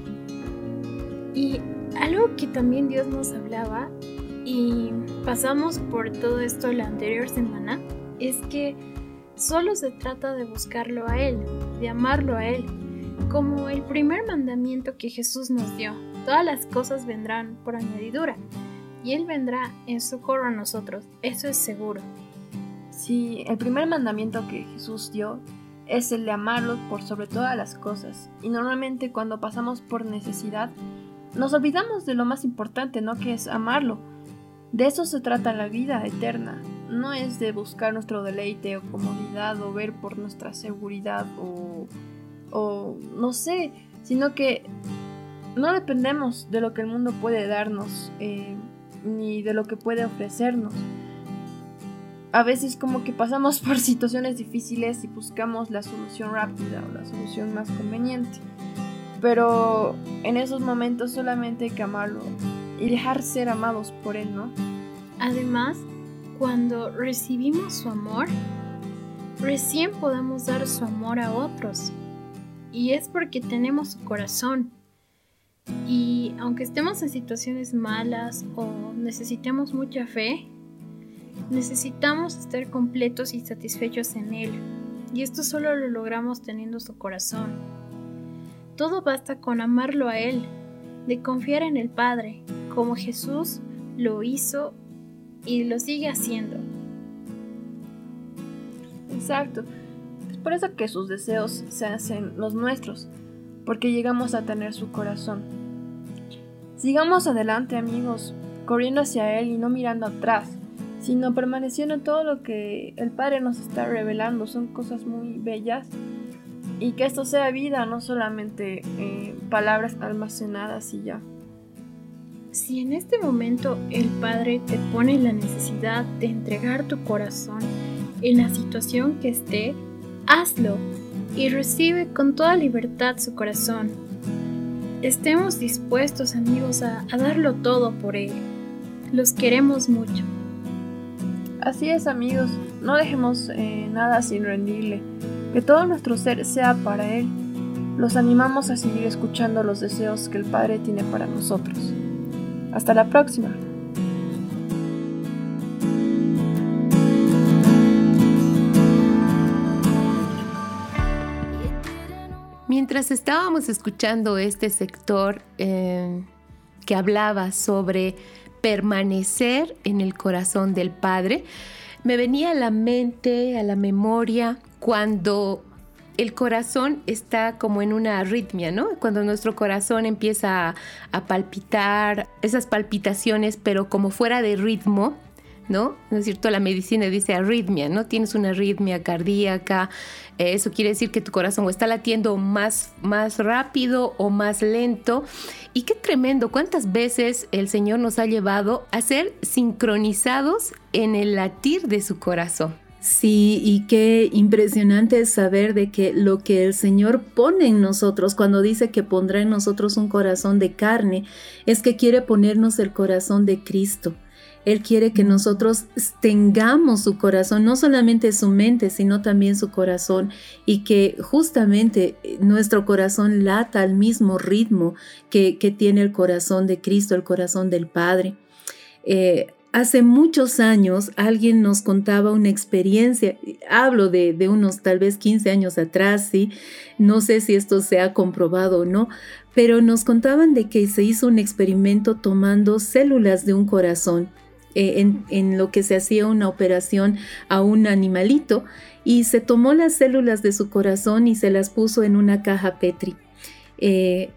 Y algo que también Dios nos hablaba, y pasamos por todo esto la anterior semana, es que solo se trata de buscarlo a Él, de amarlo a Él, como el primer mandamiento que Jesús nos dio. Todas las cosas vendrán por añadidura, y Él vendrá en socorro a nosotros, eso es seguro.
Sí, el primer mandamiento que Jesús dio es el de amarlo por sobre todas las cosas, y normalmente cuando pasamos por necesidad, nos olvidamos de lo más importante, ¿no? Que es amarlo. De eso se trata la vida eterna. No es de buscar nuestro deleite o comodidad o ver por nuestra seguridad o, o no sé, sino que no dependemos de lo que el mundo puede darnos eh, ni de lo que puede ofrecernos. A veces como que pasamos por situaciones difíciles y buscamos la solución rápida o la solución más conveniente. Pero en esos momentos solamente hay que amarlo y dejar ser amados por Él, ¿no?
Además, cuando recibimos su amor, recién podemos dar su amor a otros. Y es porque tenemos su corazón. Y aunque estemos en situaciones malas o necesitemos mucha fe, necesitamos estar completos y satisfechos en Él. Y esto solo lo logramos teniendo su corazón. Todo basta con amarlo a Él, de confiar en el Padre, como Jesús lo hizo y lo sigue haciendo.
Exacto. Es por eso que sus deseos se hacen los nuestros, porque llegamos a tener su corazón. Sigamos adelante, amigos, corriendo hacia Él y no mirando atrás, sino permaneciendo en todo lo que el Padre nos está revelando. Son cosas muy bellas. Y que esto sea vida, no solamente eh, palabras almacenadas y ya.
Si en este momento el Padre te pone la necesidad de entregar tu corazón en la situación que esté, hazlo y recibe con toda libertad su corazón. Estemos dispuestos, amigos, a, a darlo todo por Él. Los queremos mucho.
Así es, amigos, no dejemos eh, nada sin rendirle. Que todo nuestro ser sea para Él. Los animamos a seguir escuchando los deseos que el Padre tiene para nosotros. Hasta la próxima.
Mientras estábamos escuchando este sector eh, que hablaba sobre permanecer en el corazón del Padre, me venía a la mente, a la memoria, cuando el corazón está como en una arritmia, ¿no? Cuando nuestro corazón empieza a, a palpitar, esas palpitaciones, pero como fuera de ritmo, ¿no? ¿No es cierto? La medicina dice arritmia, ¿no? Tienes una arritmia cardíaca, eh, eso quiere decir que tu corazón o está latiendo más, más rápido o más lento. Y qué tremendo, cuántas veces el Señor nos ha llevado a ser sincronizados en el latir de su corazón.
Sí, y qué impresionante es saber de que lo que el Señor pone en nosotros, cuando dice que pondrá en nosotros un corazón de carne, es que quiere ponernos el corazón de Cristo. Él quiere que nosotros tengamos su corazón, no solamente su mente, sino también su corazón, y que justamente nuestro corazón lata al mismo ritmo que, que tiene el corazón de Cristo, el corazón del Padre. Eh, Hace muchos años alguien nos contaba una experiencia, hablo de, de unos tal vez quince años atrás, ¿sí? No sé si esto se ha comprobado o no, pero nos contaban de que se hizo un experimento tomando células de un corazón, eh, en, en lo que se hacía una operación a un animalito, y se tomó las células de su corazón y se las puso en una caja Petri. Eh,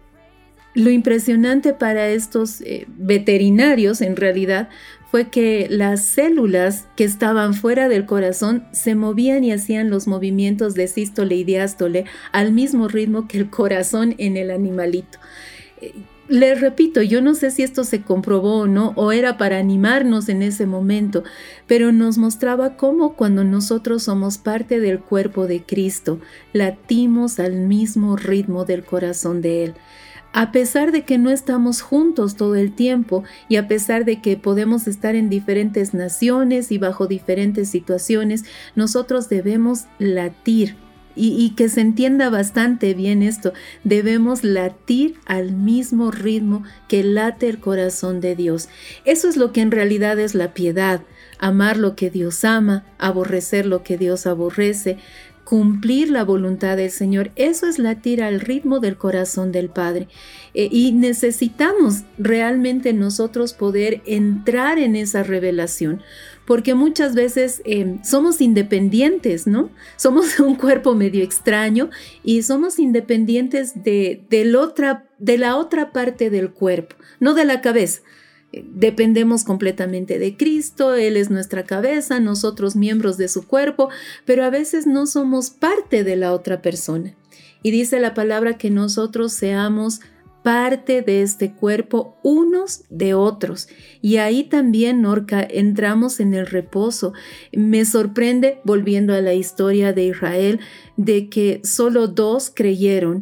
Lo impresionante para estos eh, veterinarios, en realidad, fue que las células que estaban fuera del corazón se movían y hacían los movimientos de sístole y diástole al mismo ritmo que el corazón en el animalito. Eh, les repito, yo no sé si esto se comprobó o no, o era para animarnos en ese momento, pero nos mostraba cómo cuando nosotros somos parte del cuerpo de Cristo, latimos al mismo ritmo del corazón de Él. A pesar de que no estamos juntos todo el tiempo y a pesar de que podemos estar en diferentes naciones y bajo diferentes situaciones, nosotros debemos latir. Y, y que se entienda bastante bien esto, debemos latir al mismo ritmo que late el corazón de Dios. Eso es lo que en realidad es la piedad, amar lo que Dios ama, aborrecer lo que Dios aborrece, cumplir la voluntad del Señor. Eso es latir al ritmo del corazón del Padre. Eh, y necesitamos realmente nosotros poder entrar en esa revelación, porque muchas veces eh, somos independientes, ¿no? Somos un cuerpo medio extraño y somos independientes de, de, la otra, de la otra parte del cuerpo, no de la cabeza. Dependemos completamente de Cristo, Él es nuestra cabeza, nosotros miembros de su cuerpo, pero a veces no somos parte de la otra persona. Y dice la palabra que nosotros seamos parte de este cuerpo unos de otros. Y ahí también, Norca, entramos en el reposo. Me sorprende, volviendo a la historia de Israel, de que solo dos creyeron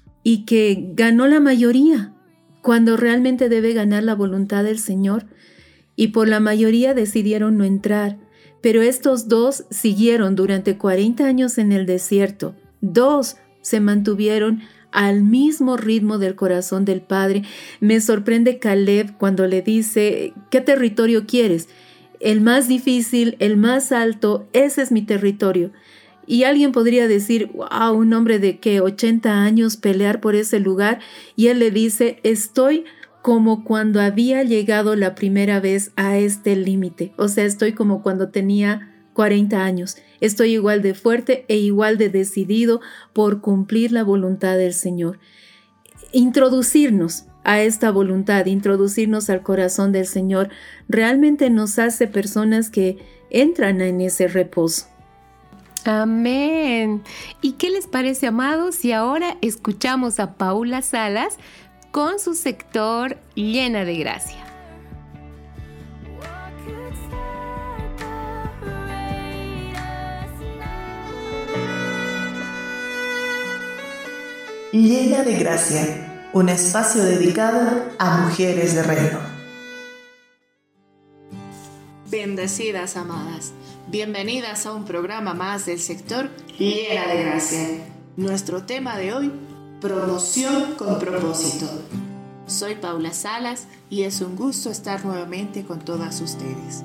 y que ganó la mayoría, cuando realmente debe ganar la voluntad del Señor, y por la mayoría decidieron no entrar. Pero estos dos siguieron durante cuarenta años en el desierto. Dos se mantuvieron al mismo ritmo del corazón del Padre. Me sorprende Caleb cuando le dice, ¿qué territorio quieres? El más difícil, el más alto, ese es mi territorio. Y alguien podría decir, wow, un hombre de ¿qué? ochenta años pelear por ese lugar. Y él le dice, estoy como cuando había llegado la primera vez a este límite. O sea, estoy como cuando tenía cuarenta años. Estoy igual de fuerte e igual de decidido por cumplir la voluntad del Señor. Introducirnos a esta voluntad, introducirnos al corazón del Señor, realmente nos hace personas que entran en ese reposo.
Amén. ¿Y qué les parece, amados, si ahora escuchamos a Paula Salas con su sector Llena de Gracia?
Llena de Gracia, un espacio dedicado a mujeres de reino.
Bendecidas, amadas. Bienvenidas a un programa más del sector Llena de Gracia. Nuestro tema de hoy, promoción con propósito. Soy Paula Salas y es un gusto estar nuevamente con todas ustedes.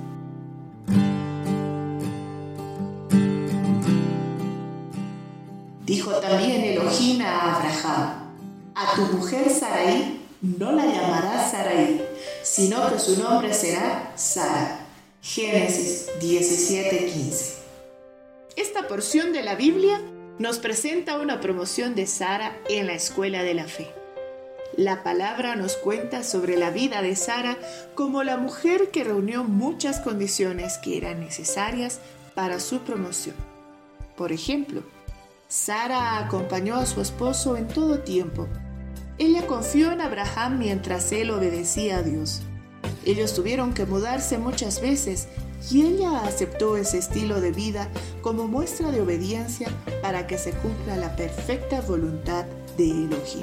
Dijo también Elohim a Abraham, a tu mujer Sarai no la llamarás Sarai, sino que su nombre será Sara. Génesis diecisiete quince. Esta porción de la Biblia nos presenta una promoción de Sara en la escuela de la fe. La palabra nos cuenta sobre la vida de Sara como la mujer que reunió muchas condiciones que eran necesarias para su promoción. Por ejemplo, Sara acompañó a su esposo en todo tiempo. Ella confió en Abraham mientras él obedecía a Dios. Ellos tuvieron que mudarse muchas veces y ella aceptó ese estilo de vida como muestra de obediencia para que se cumpla la perfecta voluntad de Elohim.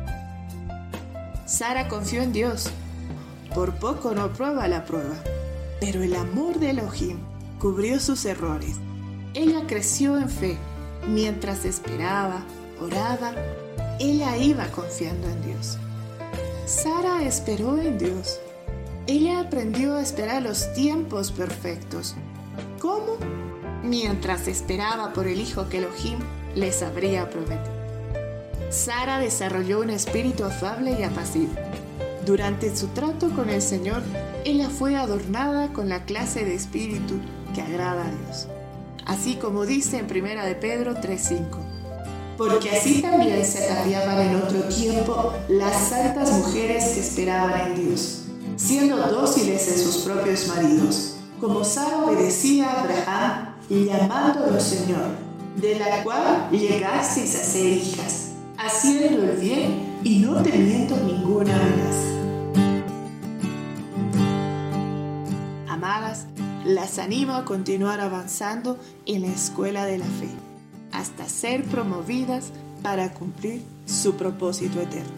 Sara confió en Dios. Por poco no prueba la prueba. Pero el amor de Elohim cubrió sus errores. Ella creció en fe. Mientras esperaba, oraba, ella iba confiando en Dios. Sara esperó en Dios. Ella aprendió a esperar los tiempos perfectos. ¿Cómo? Mientras esperaba por el hijo que Elohim les habría prometido. Sara desarrolló un espíritu afable y apacible. Durante su trato con el Señor, ella fue adornada con la clase de espíritu que agrada a Dios. Así como dice en primera de Pedro tres cinco. Porque así también se cambiaban en otro tiempo las santas mujeres que esperaban en Dios, siendo dóciles en sus propios maridos, como Sara obedecía a Abraham, llamándolo Señor, de la cual llegasteis a ser hijas, haciendo el bien y no temiendo ninguna amenaza. Amadas, las animo a continuar avanzando en la escuela de la fe, hasta ser promovidas para cumplir su propósito eterno.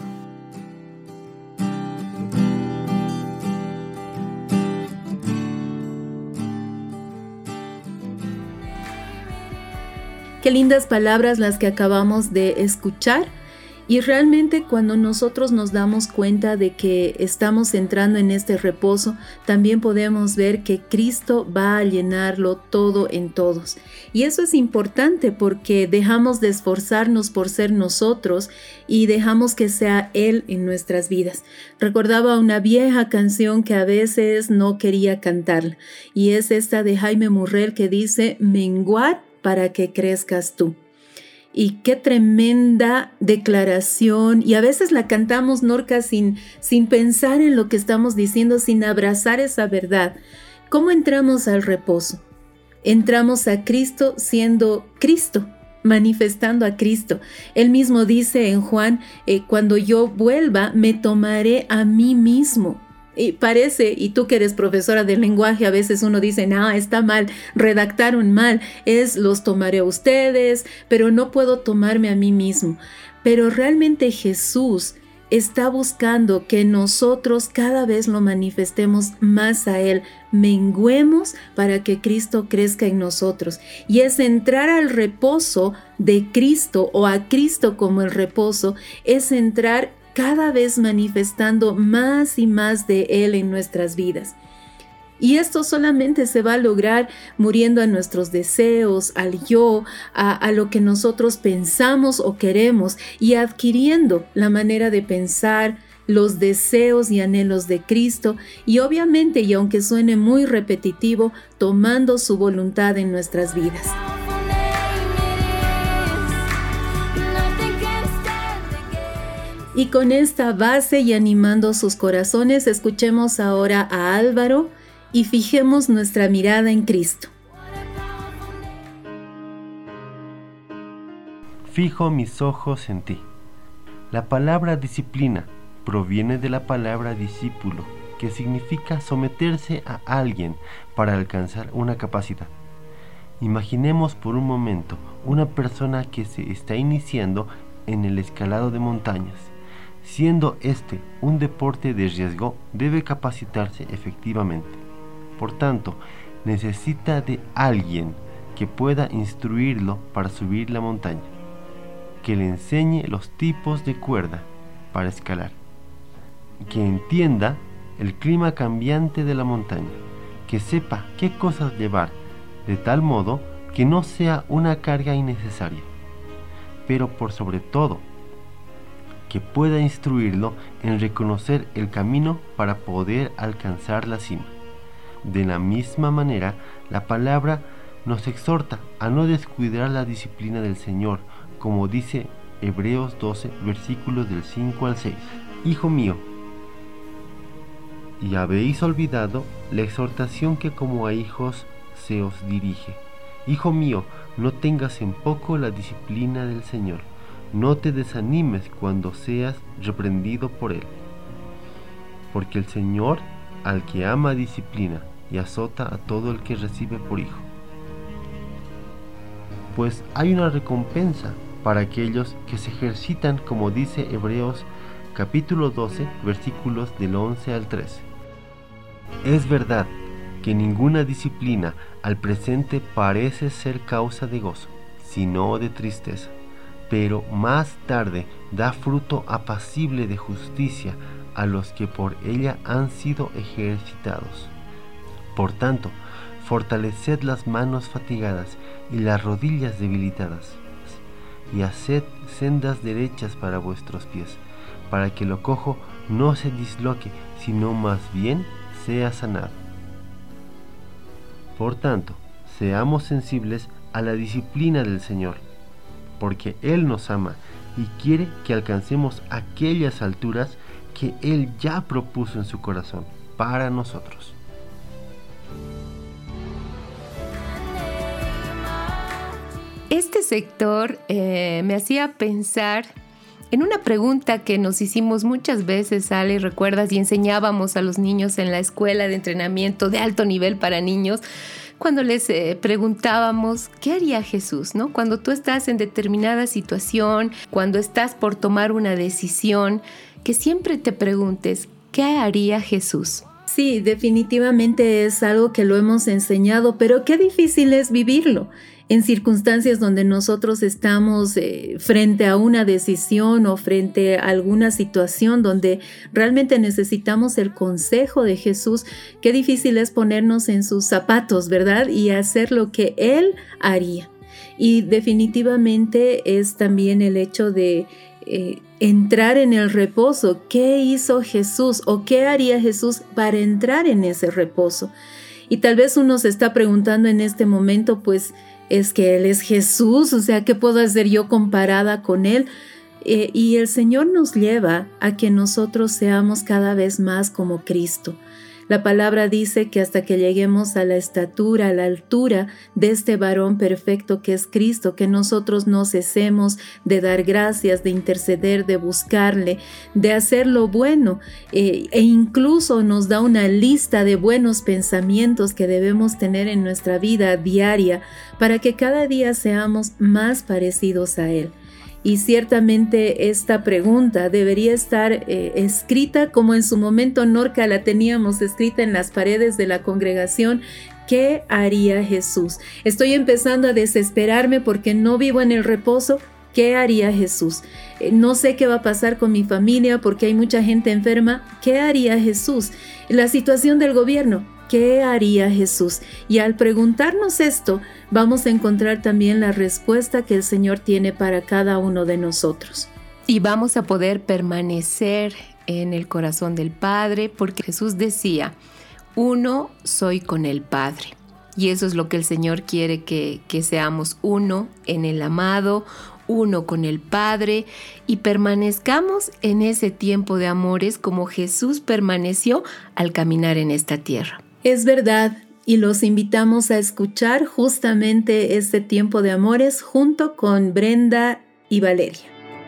Qué lindas palabras las que acabamos de escuchar. Y realmente cuando nosotros nos damos cuenta de que estamos entrando en este reposo, también podemos ver que Cristo va a llenarlo todo en todos. Y eso es importante porque dejamos de esforzarnos por ser nosotros y dejamos que sea Él en nuestras vidas. Recordaba una vieja canción que a veces no quería cantar, y es esta de Jaime Murrell que dice: menguad para que crezcas tú. Y qué tremenda declaración, y a veces la cantamos, Norca, sin, sin pensar en lo que estamos diciendo, sin abrazar esa verdad. ¿Cómo entramos al reposo? Entramos a Cristo siendo Cristo, manifestando a Cristo. Él mismo dice en Juan, eh, cuando yo vuelva, me tomaré a mí mismo. Y parece, y tú que eres profesora de lenguaje, a veces uno dice, no, está mal, redactaron mal, es los tomaré a ustedes, pero no puedo tomarme a mí mismo. Pero realmente Jesús está buscando que nosotros cada vez lo manifestemos más a Él, menguemos para que Cristo crezca en nosotros. Y es entrar al reposo de Cristo, o a Cristo como el reposo, es entrar cada vez manifestando más y más de Él en nuestras vidas. Y esto solamente se va a lograr muriendo a nuestros deseos, al yo, a, a lo que nosotros pensamos o queremos, y adquiriendo la manera de pensar, los deseos y anhelos de Cristo, y obviamente, y aunque suene muy repetitivo, tomando su voluntad en nuestras vidas. Y con esta base y animando sus corazones, escuchemos ahora a Álvaro y fijemos nuestra mirada en Cristo.
Fijo mis ojos en ti. La palabra disciplina proviene de la palabra discípulo, que significa someterse a alguien para alcanzar una capacidad. Imaginemos por un momento una persona que se está iniciando en el escalado de montañas. Siendo este un deporte de riesgo, debe capacitarse efectivamente. Por tanto, necesita de alguien que pueda instruirlo para subir la montaña, que le enseñe los tipos de cuerda para escalar, que entienda el clima cambiante de la montaña, que sepa qué cosas llevar, de tal modo que no sea una carga innecesaria, pero por sobre todo, que pueda instruirlo en reconocer el camino para poder alcanzar la cima. De la misma manera, la palabra nos exhorta a no descuidar la disciplina del Señor, como dice Hebreos doce, versículos del cinco al seis. Hijo mío, y habéis olvidado la exhortación que como a hijos se os dirige. Hijo mío, no tengas en poco la disciplina del Señor. No te desanimes cuando seas reprendido por Él, porque el Señor al que ama disciplina y azota a todo el que recibe por hijo. Pues hay una recompensa para aquellos que se ejercitan, como dice Hebreos capítulo doce, versículos del once al trece. Es verdad que ninguna disciplina al presente parece ser causa de gozo, sino de tristeza, pero más tarde da fruto apacible de justicia a los que por ella han sido ejercitados. Por tanto, fortaleced las manos fatigadas y las rodillas debilitadas, y haced sendas derechas para vuestros pies, para que lo cojo no se disloque, sino más bien sea sanado. Por tanto, seamos sensibles a la disciplina del Señor, porque Él nos ama y quiere que alcancemos aquellas alturas que Él ya propuso en su corazón para nosotros.
Este sector eh, me hacía pensar en una pregunta que nos hicimos muchas veces, Ale, recuerdas, y enseñábamos a los niños en la escuela de entrenamiento de alto nivel para niños, cuando les eh, preguntábamos qué haría Jesús, ¿no? Cuando tú estás en determinada situación, cuando estás por tomar una decisión, que siempre te preguntes, ¿qué haría Jesús?
Sí, definitivamente es algo que lo hemos enseñado, pero qué difícil es vivirlo en circunstancias donde nosotros estamos eh, frente a una decisión o frente a alguna situación donde realmente necesitamos el consejo de Jesús. Qué difícil es ponernos en sus zapatos, ¿verdad? Y hacer lo que Él haría. Y definitivamente es también el hecho de eh, entrar en el reposo. ¿Qué hizo Jesús o qué haría Jesús para entrar en ese reposo? Y tal vez uno se está preguntando en este momento, pues, es que Él es Jesús, o sea, ¿qué puedo hacer yo comparada con Él? Eh, y el Señor nos lleva a que nosotros seamos cada vez más como Cristo. La palabra dice que hasta que lleguemos a la estatura, a la altura de este varón perfecto que es Cristo, que nosotros no cesemos de dar gracias, de interceder, de buscarle, de hacer lo bueno, eh, e incluso nos da una lista de buenos pensamientos que debemos tener en nuestra vida diaria para que cada día seamos más parecidos a Él. Y ciertamente esta pregunta debería estar eh, escrita como en su momento Norca la teníamos escrita en las paredes de la congregación. ¿Qué haría Jesús? Estoy empezando a desesperarme porque no vivo en el reposo. ¿Qué haría Jesús? Eh, no sé qué va a pasar con mi familia porque hay mucha gente enferma. ¿Qué haría Jesús? La situación del gobierno. ¿Qué haría Jesús? Y al preguntarnos esto, vamos a encontrar también la respuesta que el Señor tiene para cada uno de nosotros.
Y vamos a poder permanecer en el corazón del Padre, porque Jesús decía, uno soy con el Padre. Y eso es lo que el Señor quiere, que, que seamos uno en el amado, uno con el Padre, y permanezcamos en ese tiempo de amores como Jesús permaneció al caminar en esta tierra.
Es verdad, y los invitamos a escuchar justamente este tiempo de amores junto con Brenda y Valeria.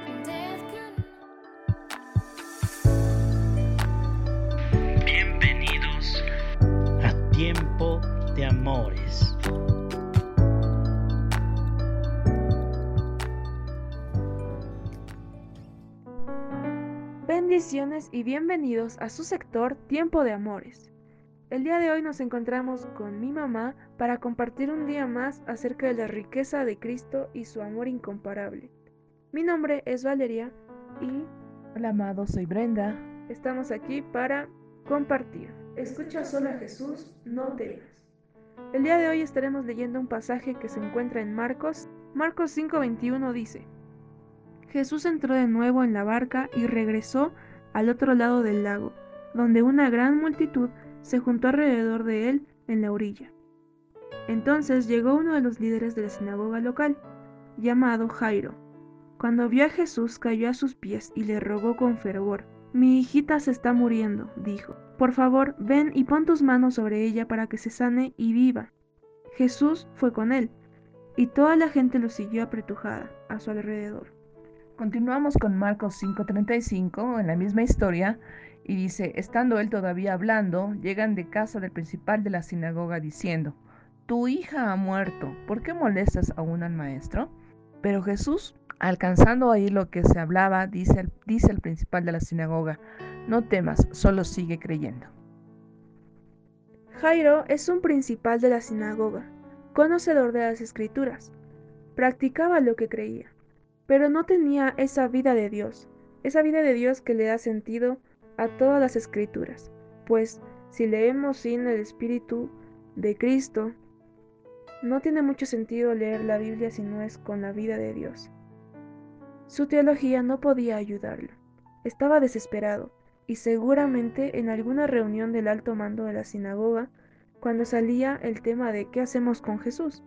Bienvenidos a Tiempo de Amores.
Bendiciones y bienvenidos a su sector Tiempo de Amores. El día de hoy nos encontramos con mi mamá para compartir un día más acerca de la riqueza de Cristo y su amor incomparable. Mi nombre es Valeria y...
Hola amado, soy Brenda.
Estamos aquí para compartir. Escucha solo a Jesús, no temas. El día de hoy estaremos leyendo un pasaje que se encuentra en Marcos. Marcos cinco veintiuno dice: Jesús entró de nuevo en la barca y regresó al otro lado del lago, donde una gran multitud se juntó alrededor de él en la orilla. Entonces llegó uno de los líderes de la sinagoga local, llamado Jairo. Cuando vio a Jesús, cayó a sus pies y le rogó con fervor. Mi hijita se está muriendo, dijo. Por favor, ven y pon tus manos sobre ella para que se sane y viva. Jesús fue con él, y toda la gente lo siguió apretujada a su alrededor.
Continuamos con Marcos cinco treinta y cinco, en la misma historia, y dice, estando él todavía hablando, llegan de casa del principal de la sinagoga diciendo, tu hija ha muerto, ¿por qué molestas aún al maestro? Pero Jesús, alcanzando a oír lo que se hablaba, dice, dice el principal de la sinagoga, no temas, solo sigue creyendo.
Jairo es un principal de la sinagoga, conocedor de las escrituras, practicaba lo que creía, pero no tenía esa vida de Dios, esa vida de Dios que le da sentido a todas las escrituras, pues si leemos sin el Espíritu de Cristo, no tiene mucho sentido leer la Biblia si no es con la vida de Dios. Su teología no podía ayudarlo, estaba desesperado, y seguramente en alguna reunión del alto mando de la sinagoga, cuando salía el tema de ¿qué hacemos con Jesús?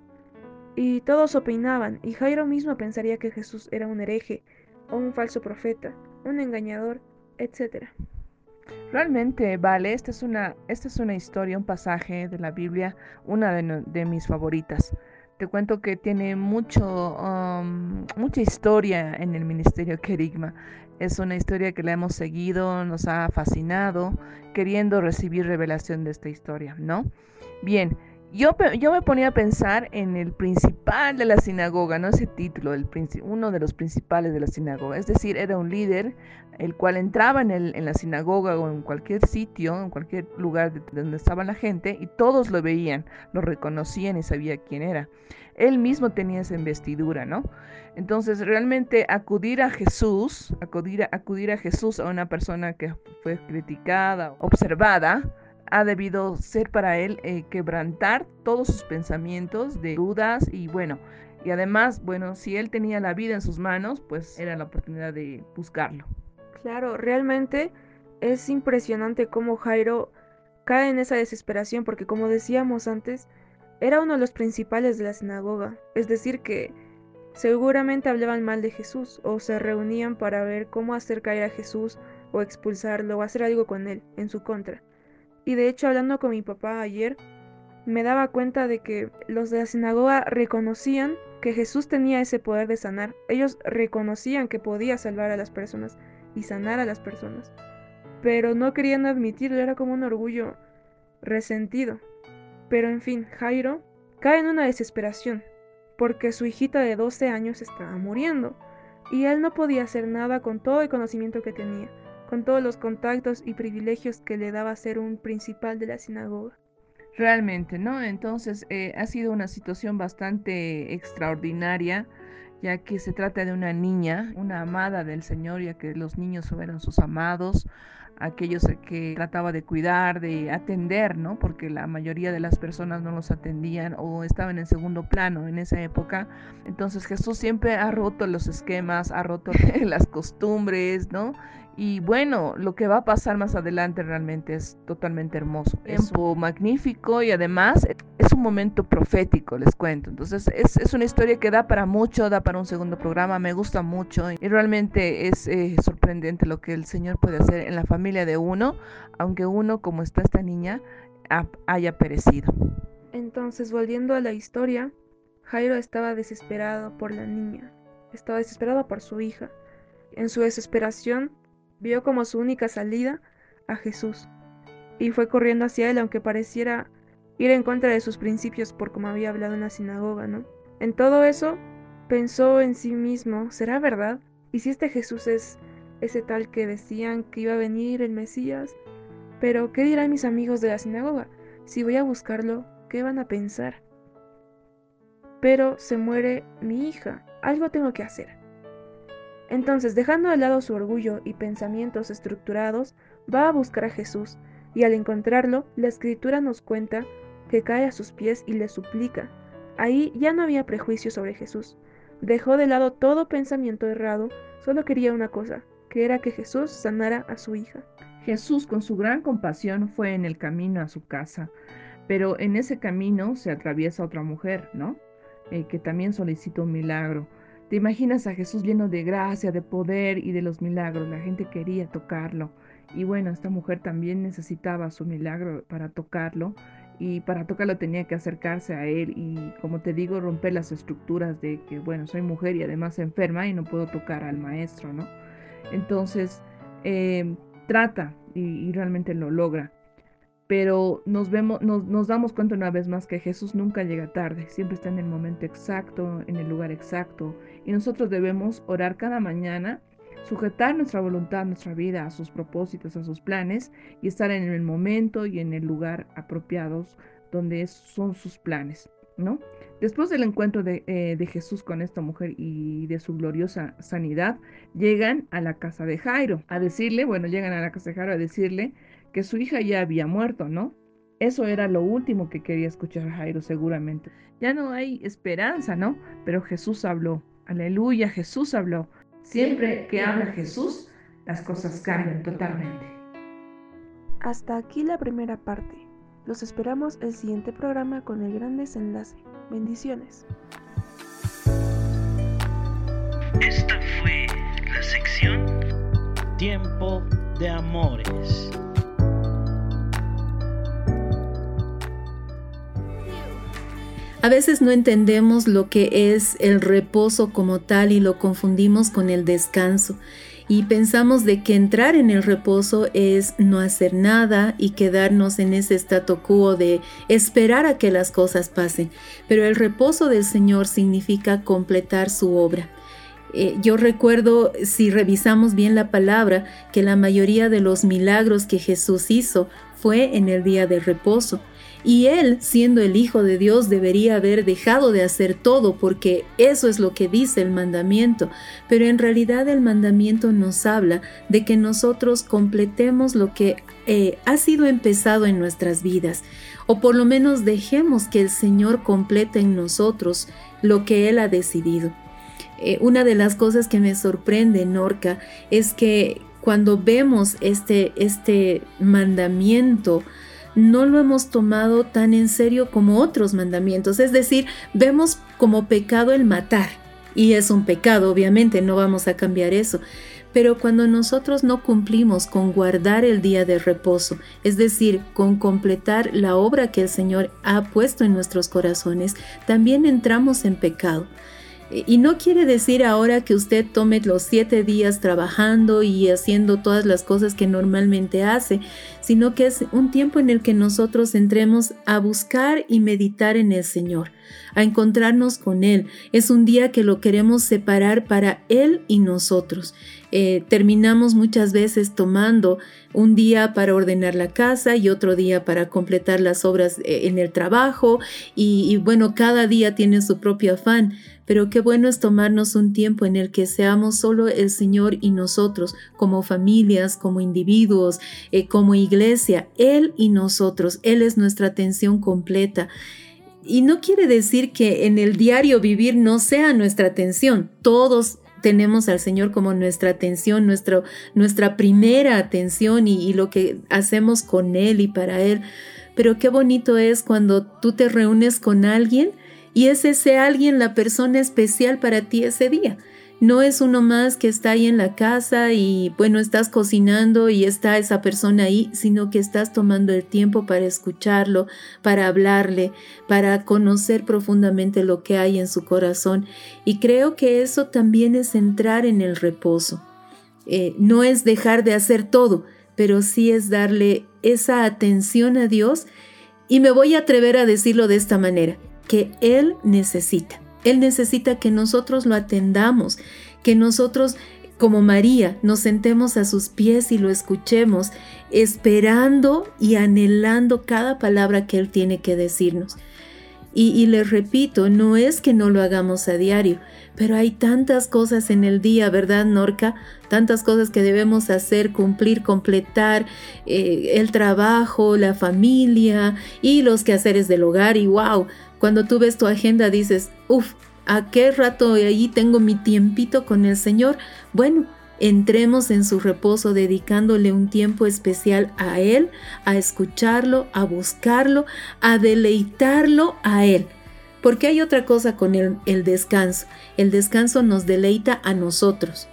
Y todos opinaban, y Jairo mismo pensaría que Jesús era un hereje, o un falso profeta, un engañador, etcétera.
Realmente, vale, esta es una, esta es una historia, un pasaje de la Biblia, una de, no- de mis favoritas. Te cuento que tiene mucho, um, mucha historia en el Ministerio Querigma. Es una historia que la hemos seguido, nos ha fascinado, queriendo recibir revelación de esta historia, ¿no? Bien, yo, pe- yo me ponía a pensar en el principal de la sinagoga, no ese título, el princi- uno de los principales de la sinagoga. Es decir, era un líder el cual entraba en, el, en la sinagoga o en cualquier sitio, en cualquier lugar de, donde estaba la gente, y todos lo veían, lo reconocían y sabía quién era. Él mismo tenía esa investidura, ¿no? Entonces, realmente acudir a Jesús, acudir a, acudir a Jesús a una persona que fue criticada, observada, ha debido ser para él eh, quebrantar todos sus pensamientos de dudas y bueno, y además, bueno, si él tenía la vida en sus manos, pues era la oportunidad de buscarlo.
Claro, realmente es impresionante cómo Jairo cae en esa desesperación porque como decíamos antes, era uno de los principales de la sinagoga, es decir que seguramente hablaban mal de Jesús o se reunían para ver cómo hacer caer a Jesús o expulsarlo o hacer algo con él en su contra. Y de hecho, hablando con mi papá ayer, me daba cuenta de que los de la sinagoga reconocían que Jesús tenía ese poder de sanar. Ellos reconocían que podía salvar a las personas y sanar a las personas, pero no querían admitirlo, era como un orgullo resentido. Pero en fin, Jairo cae en una desesperación, porque su hijita de doce años estaba muriendo, y él no podía hacer nada con todo el conocimiento que tenía, con todos los contactos y privilegios que le daba ser un principal de la sinagoga.
Realmente, ¿no? Entonces, eh, ha sido una situación bastante extraordinaria, ya que se trata de una niña, una amada del Señor, ya que los niños eran sus amados, aquellos a que trataba de cuidar, de atender, ¿no? Porque la mayoría de las personas no los atendían o estaban en segundo plano en esa época. Entonces Jesús siempre ha roto los esquemas, ha roto las costumbres, ¿no? Y bueno, lo que va a pasar más adelante realmente es totalmente hermoso. Es un magnífico y además es un momento profético, les cuento. Entonces es, es una historia que da para mucho, da para un segundo programa, me gusta mucho y realmente es eh, sorprendente lo que el Señor puede hacer en la familia de uno, aunque uno, como está esta niña, ha, haya perecido.
Entonces, volviendo a la historia, Jairo estaba desesperado por la niña, estaba desesperado por su hija. En su desesperación, vio como su única salida a Jesús y fue corriendo hacia él, aunque pareciera ir en contra de sus principios por como había hablado en la sinagoga, ¿no? En todo eso, pensó en sí mismo, ¿será verdad? ¿Y si este Jesús es ese tal que decían que iba a venir el Mesías? Pero, ¿qué dirán mis amigos de la sinagoga? Si voy a buscarlo, ¿qué van a pensar? Pero se muere mi hija, algo tengo que hacer. Entonces, dejando de lado su orgullo y pensamientos estructurados, va a buscar a Jesús, y al encontrarlo, la Escritura nos cuenta que cae a sus pies y le suplica. Ahí ya no había prejuicio sobre Jesús. Dejó de lado todo pensamiento errado, solo quería una cosa, que era que Jesús sanara a su hija.
Jesús, con su gran compasión, fue en el camino a su casa, pero en ese camino se atraviesa otra mujer, ¿no? Eh, que también solicita un milagro. ¿Te imaginas a Jesús lleno de gracia, de poder y de los milagros? La gente quería tocarlo. Y bueno, esta mujer también necesitaba su milagro para tocarlo. Y para tocarlo tenía que acercarse a él y, como te digo, romper las estructuras de que, bueno, soy mujer y además enferma y no puedo tocar al maestro, ¿no? Entonces, eh, trata y, y realmente lo logra. Pero nos vemos, nos, nos damos cuenta una vez más que Jesús nunca llega tarde, siempre está en el momento exacto, en el lugar exacto, y nosotros debemos orar cada mañana sujetar nuestra voluntad, nuestra vida a sus propósitos, a sus planes y estar en el momento y en el lugar apropiados donde es, son sus planes, ¿no? Después del encuentro de, eh, de Jesús con esta mujer y de su gloriosa sanidad, llegan a la casa de Jairo a decirle, bueno, llegan a la casa de Jairo a decirle que su hija ya había muerto, ¿no? Eso era lo último que quería escuchar Jairo seguramente. Ya no hay esperanza, ¿no? Pero Jesús habló. Aleluya, Jesús habló. Siempre que habla Jesús, las cosas cambian totalmente.
Hasta aquí la primera parte. Los esperamos el siguiente programa con el gran desenlace. Bendiciones.
Esta fue la sección Tiempo de Amores.
A veces no entendemos lo que es el reposo como tal y lo confundimos con el descanso. Y pensamos de que entrar en el reposo es no hacer nada y quedarnos en ese statu quo de esperar a que las cosas pasen. Pero el reposo del Señor significa completar su obra. Eh, yo recuerdo, si revisamos bien la palabra, que la mayoría de los milagros que Jesús hizo fue en el día de reposo. Y Él, siendo el Hijo de Dios, debería haber dejado de hacer todo porque eso es lo que dice el mandamiento. Pero en realidad el mandamiento nos habla de que nosotros completemos lo que eh, ha sido empezado en nuestras vidas. O por lo menos dejemos que el Señor complete en nosotros lo que Él ha decidido. Eh, una de las cosas que me sorprende, Norca, es que cuando vemos este, este mandamiento, no lo hemos tomado tan en serio como otros mandamientos. Es decir, vemos como pecado el matar. Y es un pecado, obviamente, no vamos a cambiar eso. Pero cuando nosotros no cumplimos con guardar el día de reposo, es decir, con completar la obra que el Señor ha puesto en nuestros corazones, también entramos en pecado. Y no quiere decir ahora que usted tome los siete días trabajando y haciendo todas las cosas que normalmente hace, sino que es un tiempo en el que nosotros entremos a buscar y meditar en el Señor, a encontrarnos con Él. Es un día que lo queremos separar para Él y nosotros. Eh, terminamos muchas veces tomando un día para ordenar la casa y otro día para completar las obras eh, en el trabajo y, y bueno, cada día tiene su propio afán. Pero qué bueno es tomarnos un tiempo en el que seamos solo el Señor y nosotros, como familias, como individuos, eh, como iglesia, Él y nosotros. Él es nuestra atención completa. Y no quiere decir que en el diario vivir no sea nuestra atención. Todos tenemos al Señor como nuestra atención, nuestro, nuestra primera atención y, y lo que hacemos con Él y para Él. Pero qué bonito es cuando tú te reúnes con alguien y es ese alguien la persona especial para ti ese día. No es uno más que está ahí en la casa y bueno, estás cocinando y está esa persona ahí, sino que estás tomando el tiempo para escucharlo, para hablarle, para conocer profundamente lo que hay en su corazón. Y creo que eso también es entrar en el reposo. Eh, no es dejar de hacer todo, pero sí es darle esa atención a Dios. Y me voy a atrever a decirlo de esta manera, que Él necesita. Él necesita que nosotros lo atendamos, que nosotros, como María, nos sentemos a sus pies y lo escuchemos, esperando y anhelando cada palabra que Él tiene que decirnos. Y, y les repito, no es que no lo hagamos a diario, pero hay tantas cosas en el día, ¿verdad, Norca? Tantas cosas que debemos hacer, cumplir, completar, eh, el trabajo, la familia y los quehaceres del hogar. Y wow, cuando tú ves tu agenda dices, uff, ¿a qué rato ahí tengo mi tiempito con el Señor? Bueno, entremos en su reposo dedicándole un tiempo especial a Él, a escucharlo, a buscarlo, a deleitarlo a Él. Porque hay otra cosa con el, el descanso. El descanso nos deleita a nosotros.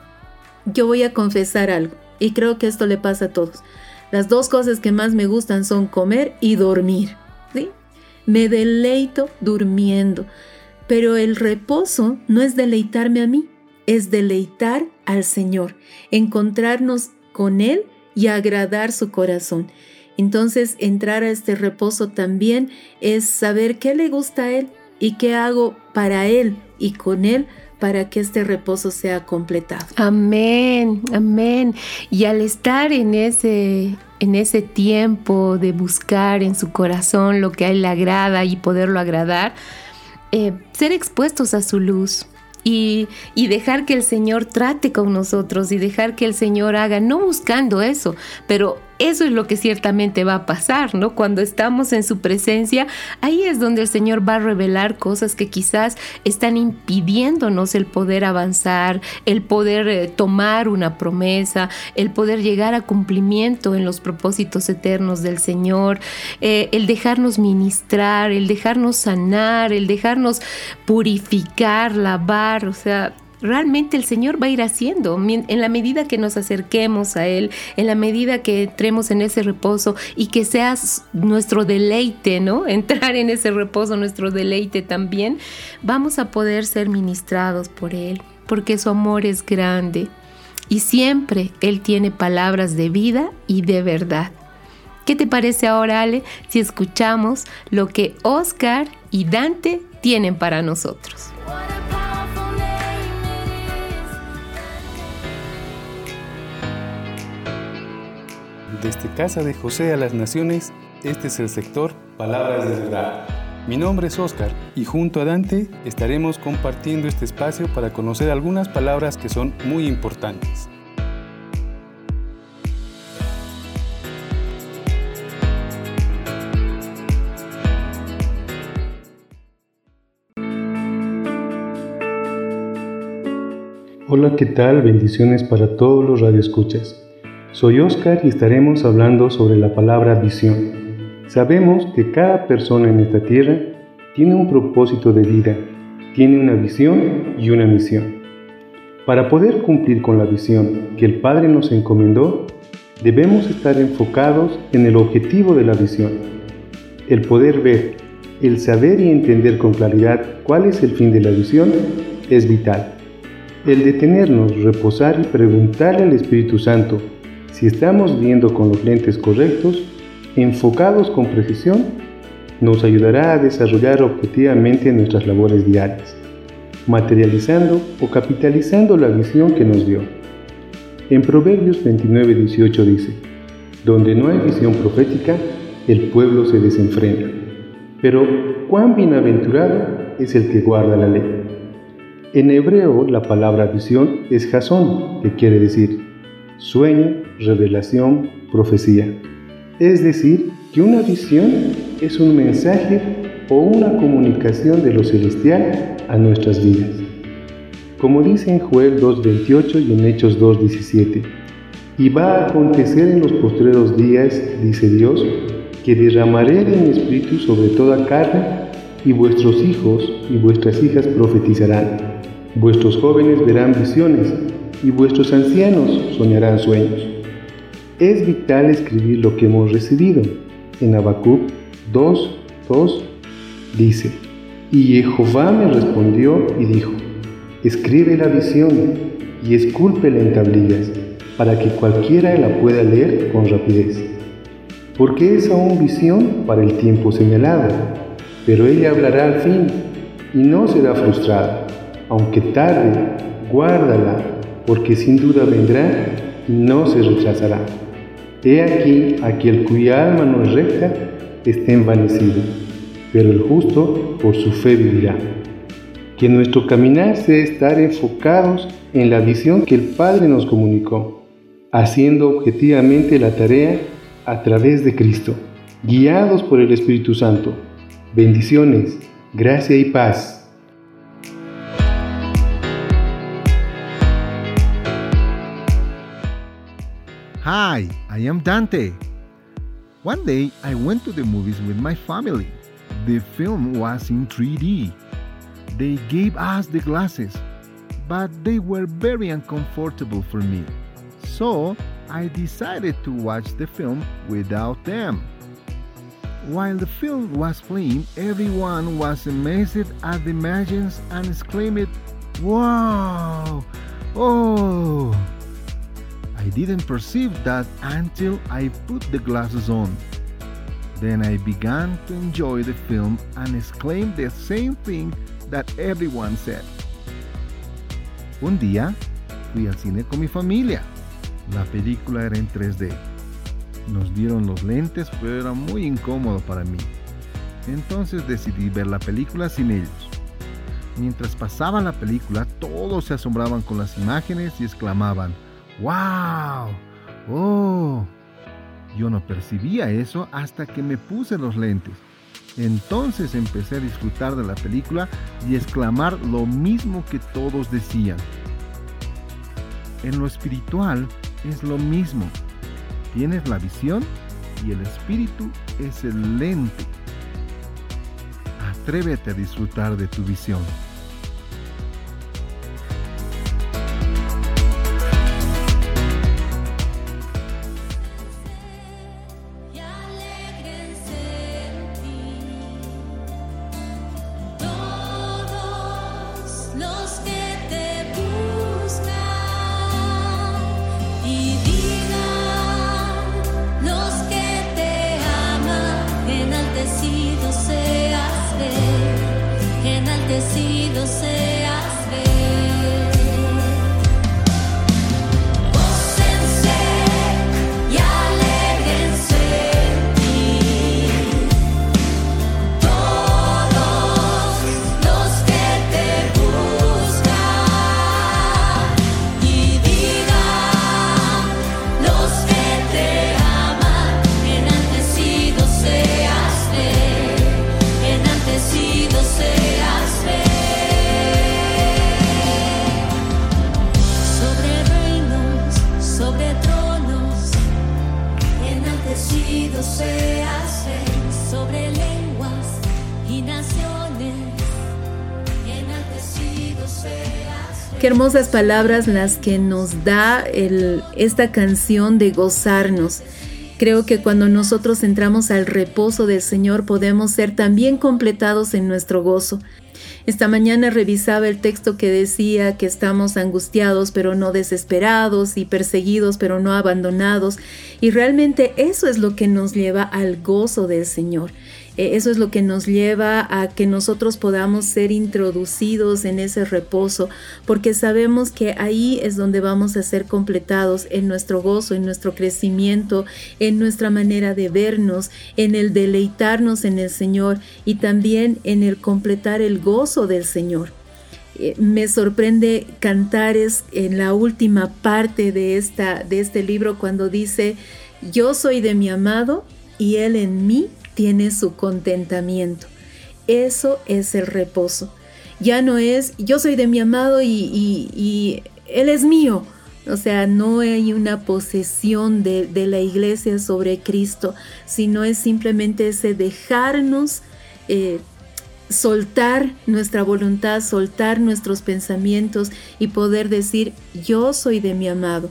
Yo voy a confesar algo y creo que esto le pasa a todos. Las dos cosas que más me gustan son comer y dormir, ¿sí? Me deleito durmiendo. Pero el reposo no es deleitarme a mí, es deleitar al Señor, encontrarnos con Él y agradar su corazón. Entonces, entrar a este reposo también es saber qué le gusta a Él y qué hago para Él y con Él para que este reposo sea completado.
Amén, amén. Y al estar en ese, en ese tiempo de buscar en su corazón lo que a Él le agrada y poderlo agradar, eh, ser expuestos a su luz. Y, y dejar que el Señor trate con nosotros y dejar que el Señor haga, no buscando eso, pero eso es lo que ciertamente va a pasar, ¿no? Cuando estamos en su presencia, ahí es donde el Señor va a revelar cosas que quizás están impidiéndonos el poder avanzar, el poder eh, tomar una promesa, el poder llegar a cumplimiento en los propósitos eternos del Señor, eh, el dejarnos ministrar, el dejarnos sanar, el dejarnos purificar, lavar, o sea, realmente el Señor va a ir haciendo en la medida que nos acerquemos a Él, en la medida que entremos en ese reposo y que sea nuestro deleite, ¿no? Entrar en ese reposo, nuestro deleite también, vamos a poder ser ministrados por Él, porque su amor es grande y siempre Él tiene palabras de vida y de verdad. ¿Qué te parece ahora, Ale, si escuchamos lo que Oscar y Dante tienen para nosotros?
Desde Casa de José a las Naciones, este es el sector Palabras de Verdad. Mi nombre es Oscar y junto a Dante estaremos compartiendo este espacio para conocer algunas palabras que son muy importantes.
Hola, ¿qué tal? Bendiciones para todos los radioescuchas. Soy Oscar y estaremos hablando sobre la palabra visión. Sabemos que cada persona en esta tierra tiene un propósito de vida, tiene una visión y una misión. Para poder cumplir con la visión que el Padre nos encomendó, debemos estar enfocados en el objetivo de la visión. El poder ver, el saber y entender con claridad cuál es el fin de la visión es vital. El detenernos, reposar y preguntarle al Espíritu Santo si estamos viendo con los lentes correctos, enfocados con precisión, nos ayudará a desarrollar objetivamente nuestras labores diarias, materializando o capitalizando la visión que nos dio. En Proverbios veintinueve dieciocho dice: donde no hay visión profética, el pueblo se desenfrena. Pero cuán bienaventurado es el que guarda la ley. En hebreo, la palabra visión es jasón, que quiere decir sueño, revelación, profecía. Es decir, que una visión es un mensaje o una comunicación de lo celestial a nuestras vidas. Como dice en Joel dos veintiocho y en Hechos dos diecisiete, y va a acontecer en los postreros días, dice Dios, que derramaré de mi espíritu sobre toda carne, y vuestros hijos y vuestras hijas profetizarán, vuestros jóvenes verán visiones, y vuestros ancianos soñarán sueños. Es vital escribir lo que hemos recibido. En Habacuc dos dos dice: y Jehová me respondió y dijo: escribe la visión y escúlpela en tablillas, para que cualquiera la pueda leer con rapidez. Porque es aún visión para el tiempo señalado, pero ella hablará al fin y no será frustrada. Aunque tarde, guárdala, porque sin duda vendrá y no se rechazará. He aquí, aquel cuya alma no es recta está envanecido, pero el justo por su fe vivirá. Que nuestro caminar sea estar enfocados en la visión que el Padre nos comunicó, haciendo objetivamente la tarea a través de Cristo, guiados por el Espíritu Santo. Bendiciones, gracia y paz.
Hi, I am Dante. One day I went to the movies with my family. The film was in three D. They gave us the glasses, but they were very uncomfortable for me. So I decided to watch the film without them. While the film was playing, everyone was amazed at the images and exclaimed, "Wow! Oh!" I didn't perceive that until I put the glasses on. Then I began to enjoy the film and exclaimed the same thing that everyone said. Un día fui al cine con mi familia. La película era en tres D. Nos dieron los lentes, pero era muy incómodo para mí. Entonces decidí ver la película sin ellos. Mientras pasaba la película, todos se asombraban con las imágenes y exclamaban: ¡Wow! ¡Oh! Yo no percibía eso hasta que me puse los lentes. Entonces empecé a disfrutar de la película y exclamar lo mismo que todos decían. En lo espiritual es lo mismo. Tienes la visión y el espíritu es el lente. Atrévete a disfrutar de tu visión.
Qué hermosas palabras las que nos da el, esta canción de gozarnos. Creo que cuando nosotros entramos al reposo del Señor podemos ser también completados en nuestro gozo. Esta mañana revisaba el texto que decía que estamos angustiados pero no desesperados y perseguidos pero no abandonados, y realmente eso es lo que nos lleva al gozo del Señor. Eso es lo que nos lleva a que nosotros podamos ser introducidos en ese reposo, porque sabemos que ahí es donde vamos a ser completados en nuestro gozo, en nuestro crecimiento, en nuestra manera de vernos, en el deleitarnos en el Señor y también en el completar el gozo del Señor. Me sorprende Cantares en la última parte de, esta, de este libro cuando dice: yo soy de mi amado y él en mí tiene su contentamiento. Eso es el reposo. Ya no es yo soy de mi amado y, y, y él es mío. O sea, no hay una posesión de, de la iglesia sobre Cristo, sino es simplemente ese dejarnos eh, soltar nuestra voluntad, soltar nuestros pensamientos y poder decir: yo soy de mi amado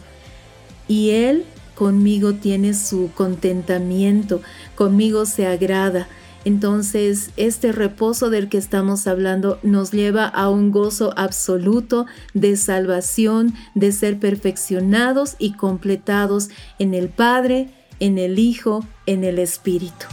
y él conmigo tiene su contentamiento, conmigo se agrada. Entonces, este reposo del que estamos hablando nos lleva a un gozo absoluto de salvación, de ser perfeccionados y completados en el Padre, en el Hijo, en el Espíritu.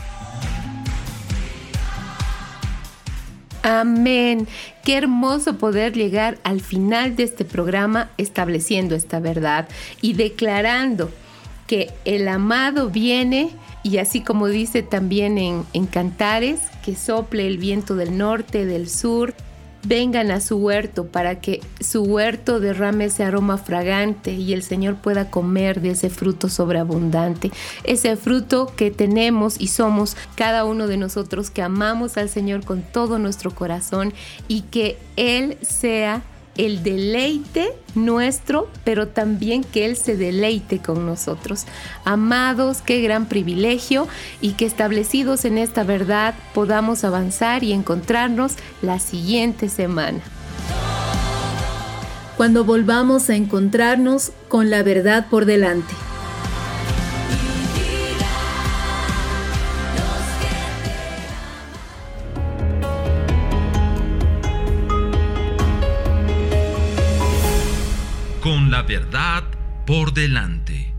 Amén. Qué hermoso poder llegar al final de este programa estableciendo esta verdad y declarando que el amado viene, y así como dice también en, en Cantares, que sople el viento del norte, del sur, vengan a su huerto para que su huerto derrame ese aroma fragante y el Señor pueda comer de ese fruto sobreabundante, ese fruto que tenemos y somos cada uno de nosotros que amamos al Señor con todo nuestro corazón, y que Él sea el deleite nuestro, pero también que Él se deleite con nosotros. Amados, qué gran privilegio, y que establecidos en esta verdad podamos avanzar y encontrarnos la siguiente semana.
Cuando volvamos a encontrarnos con la verdad por delante.
Con la verdad por delante.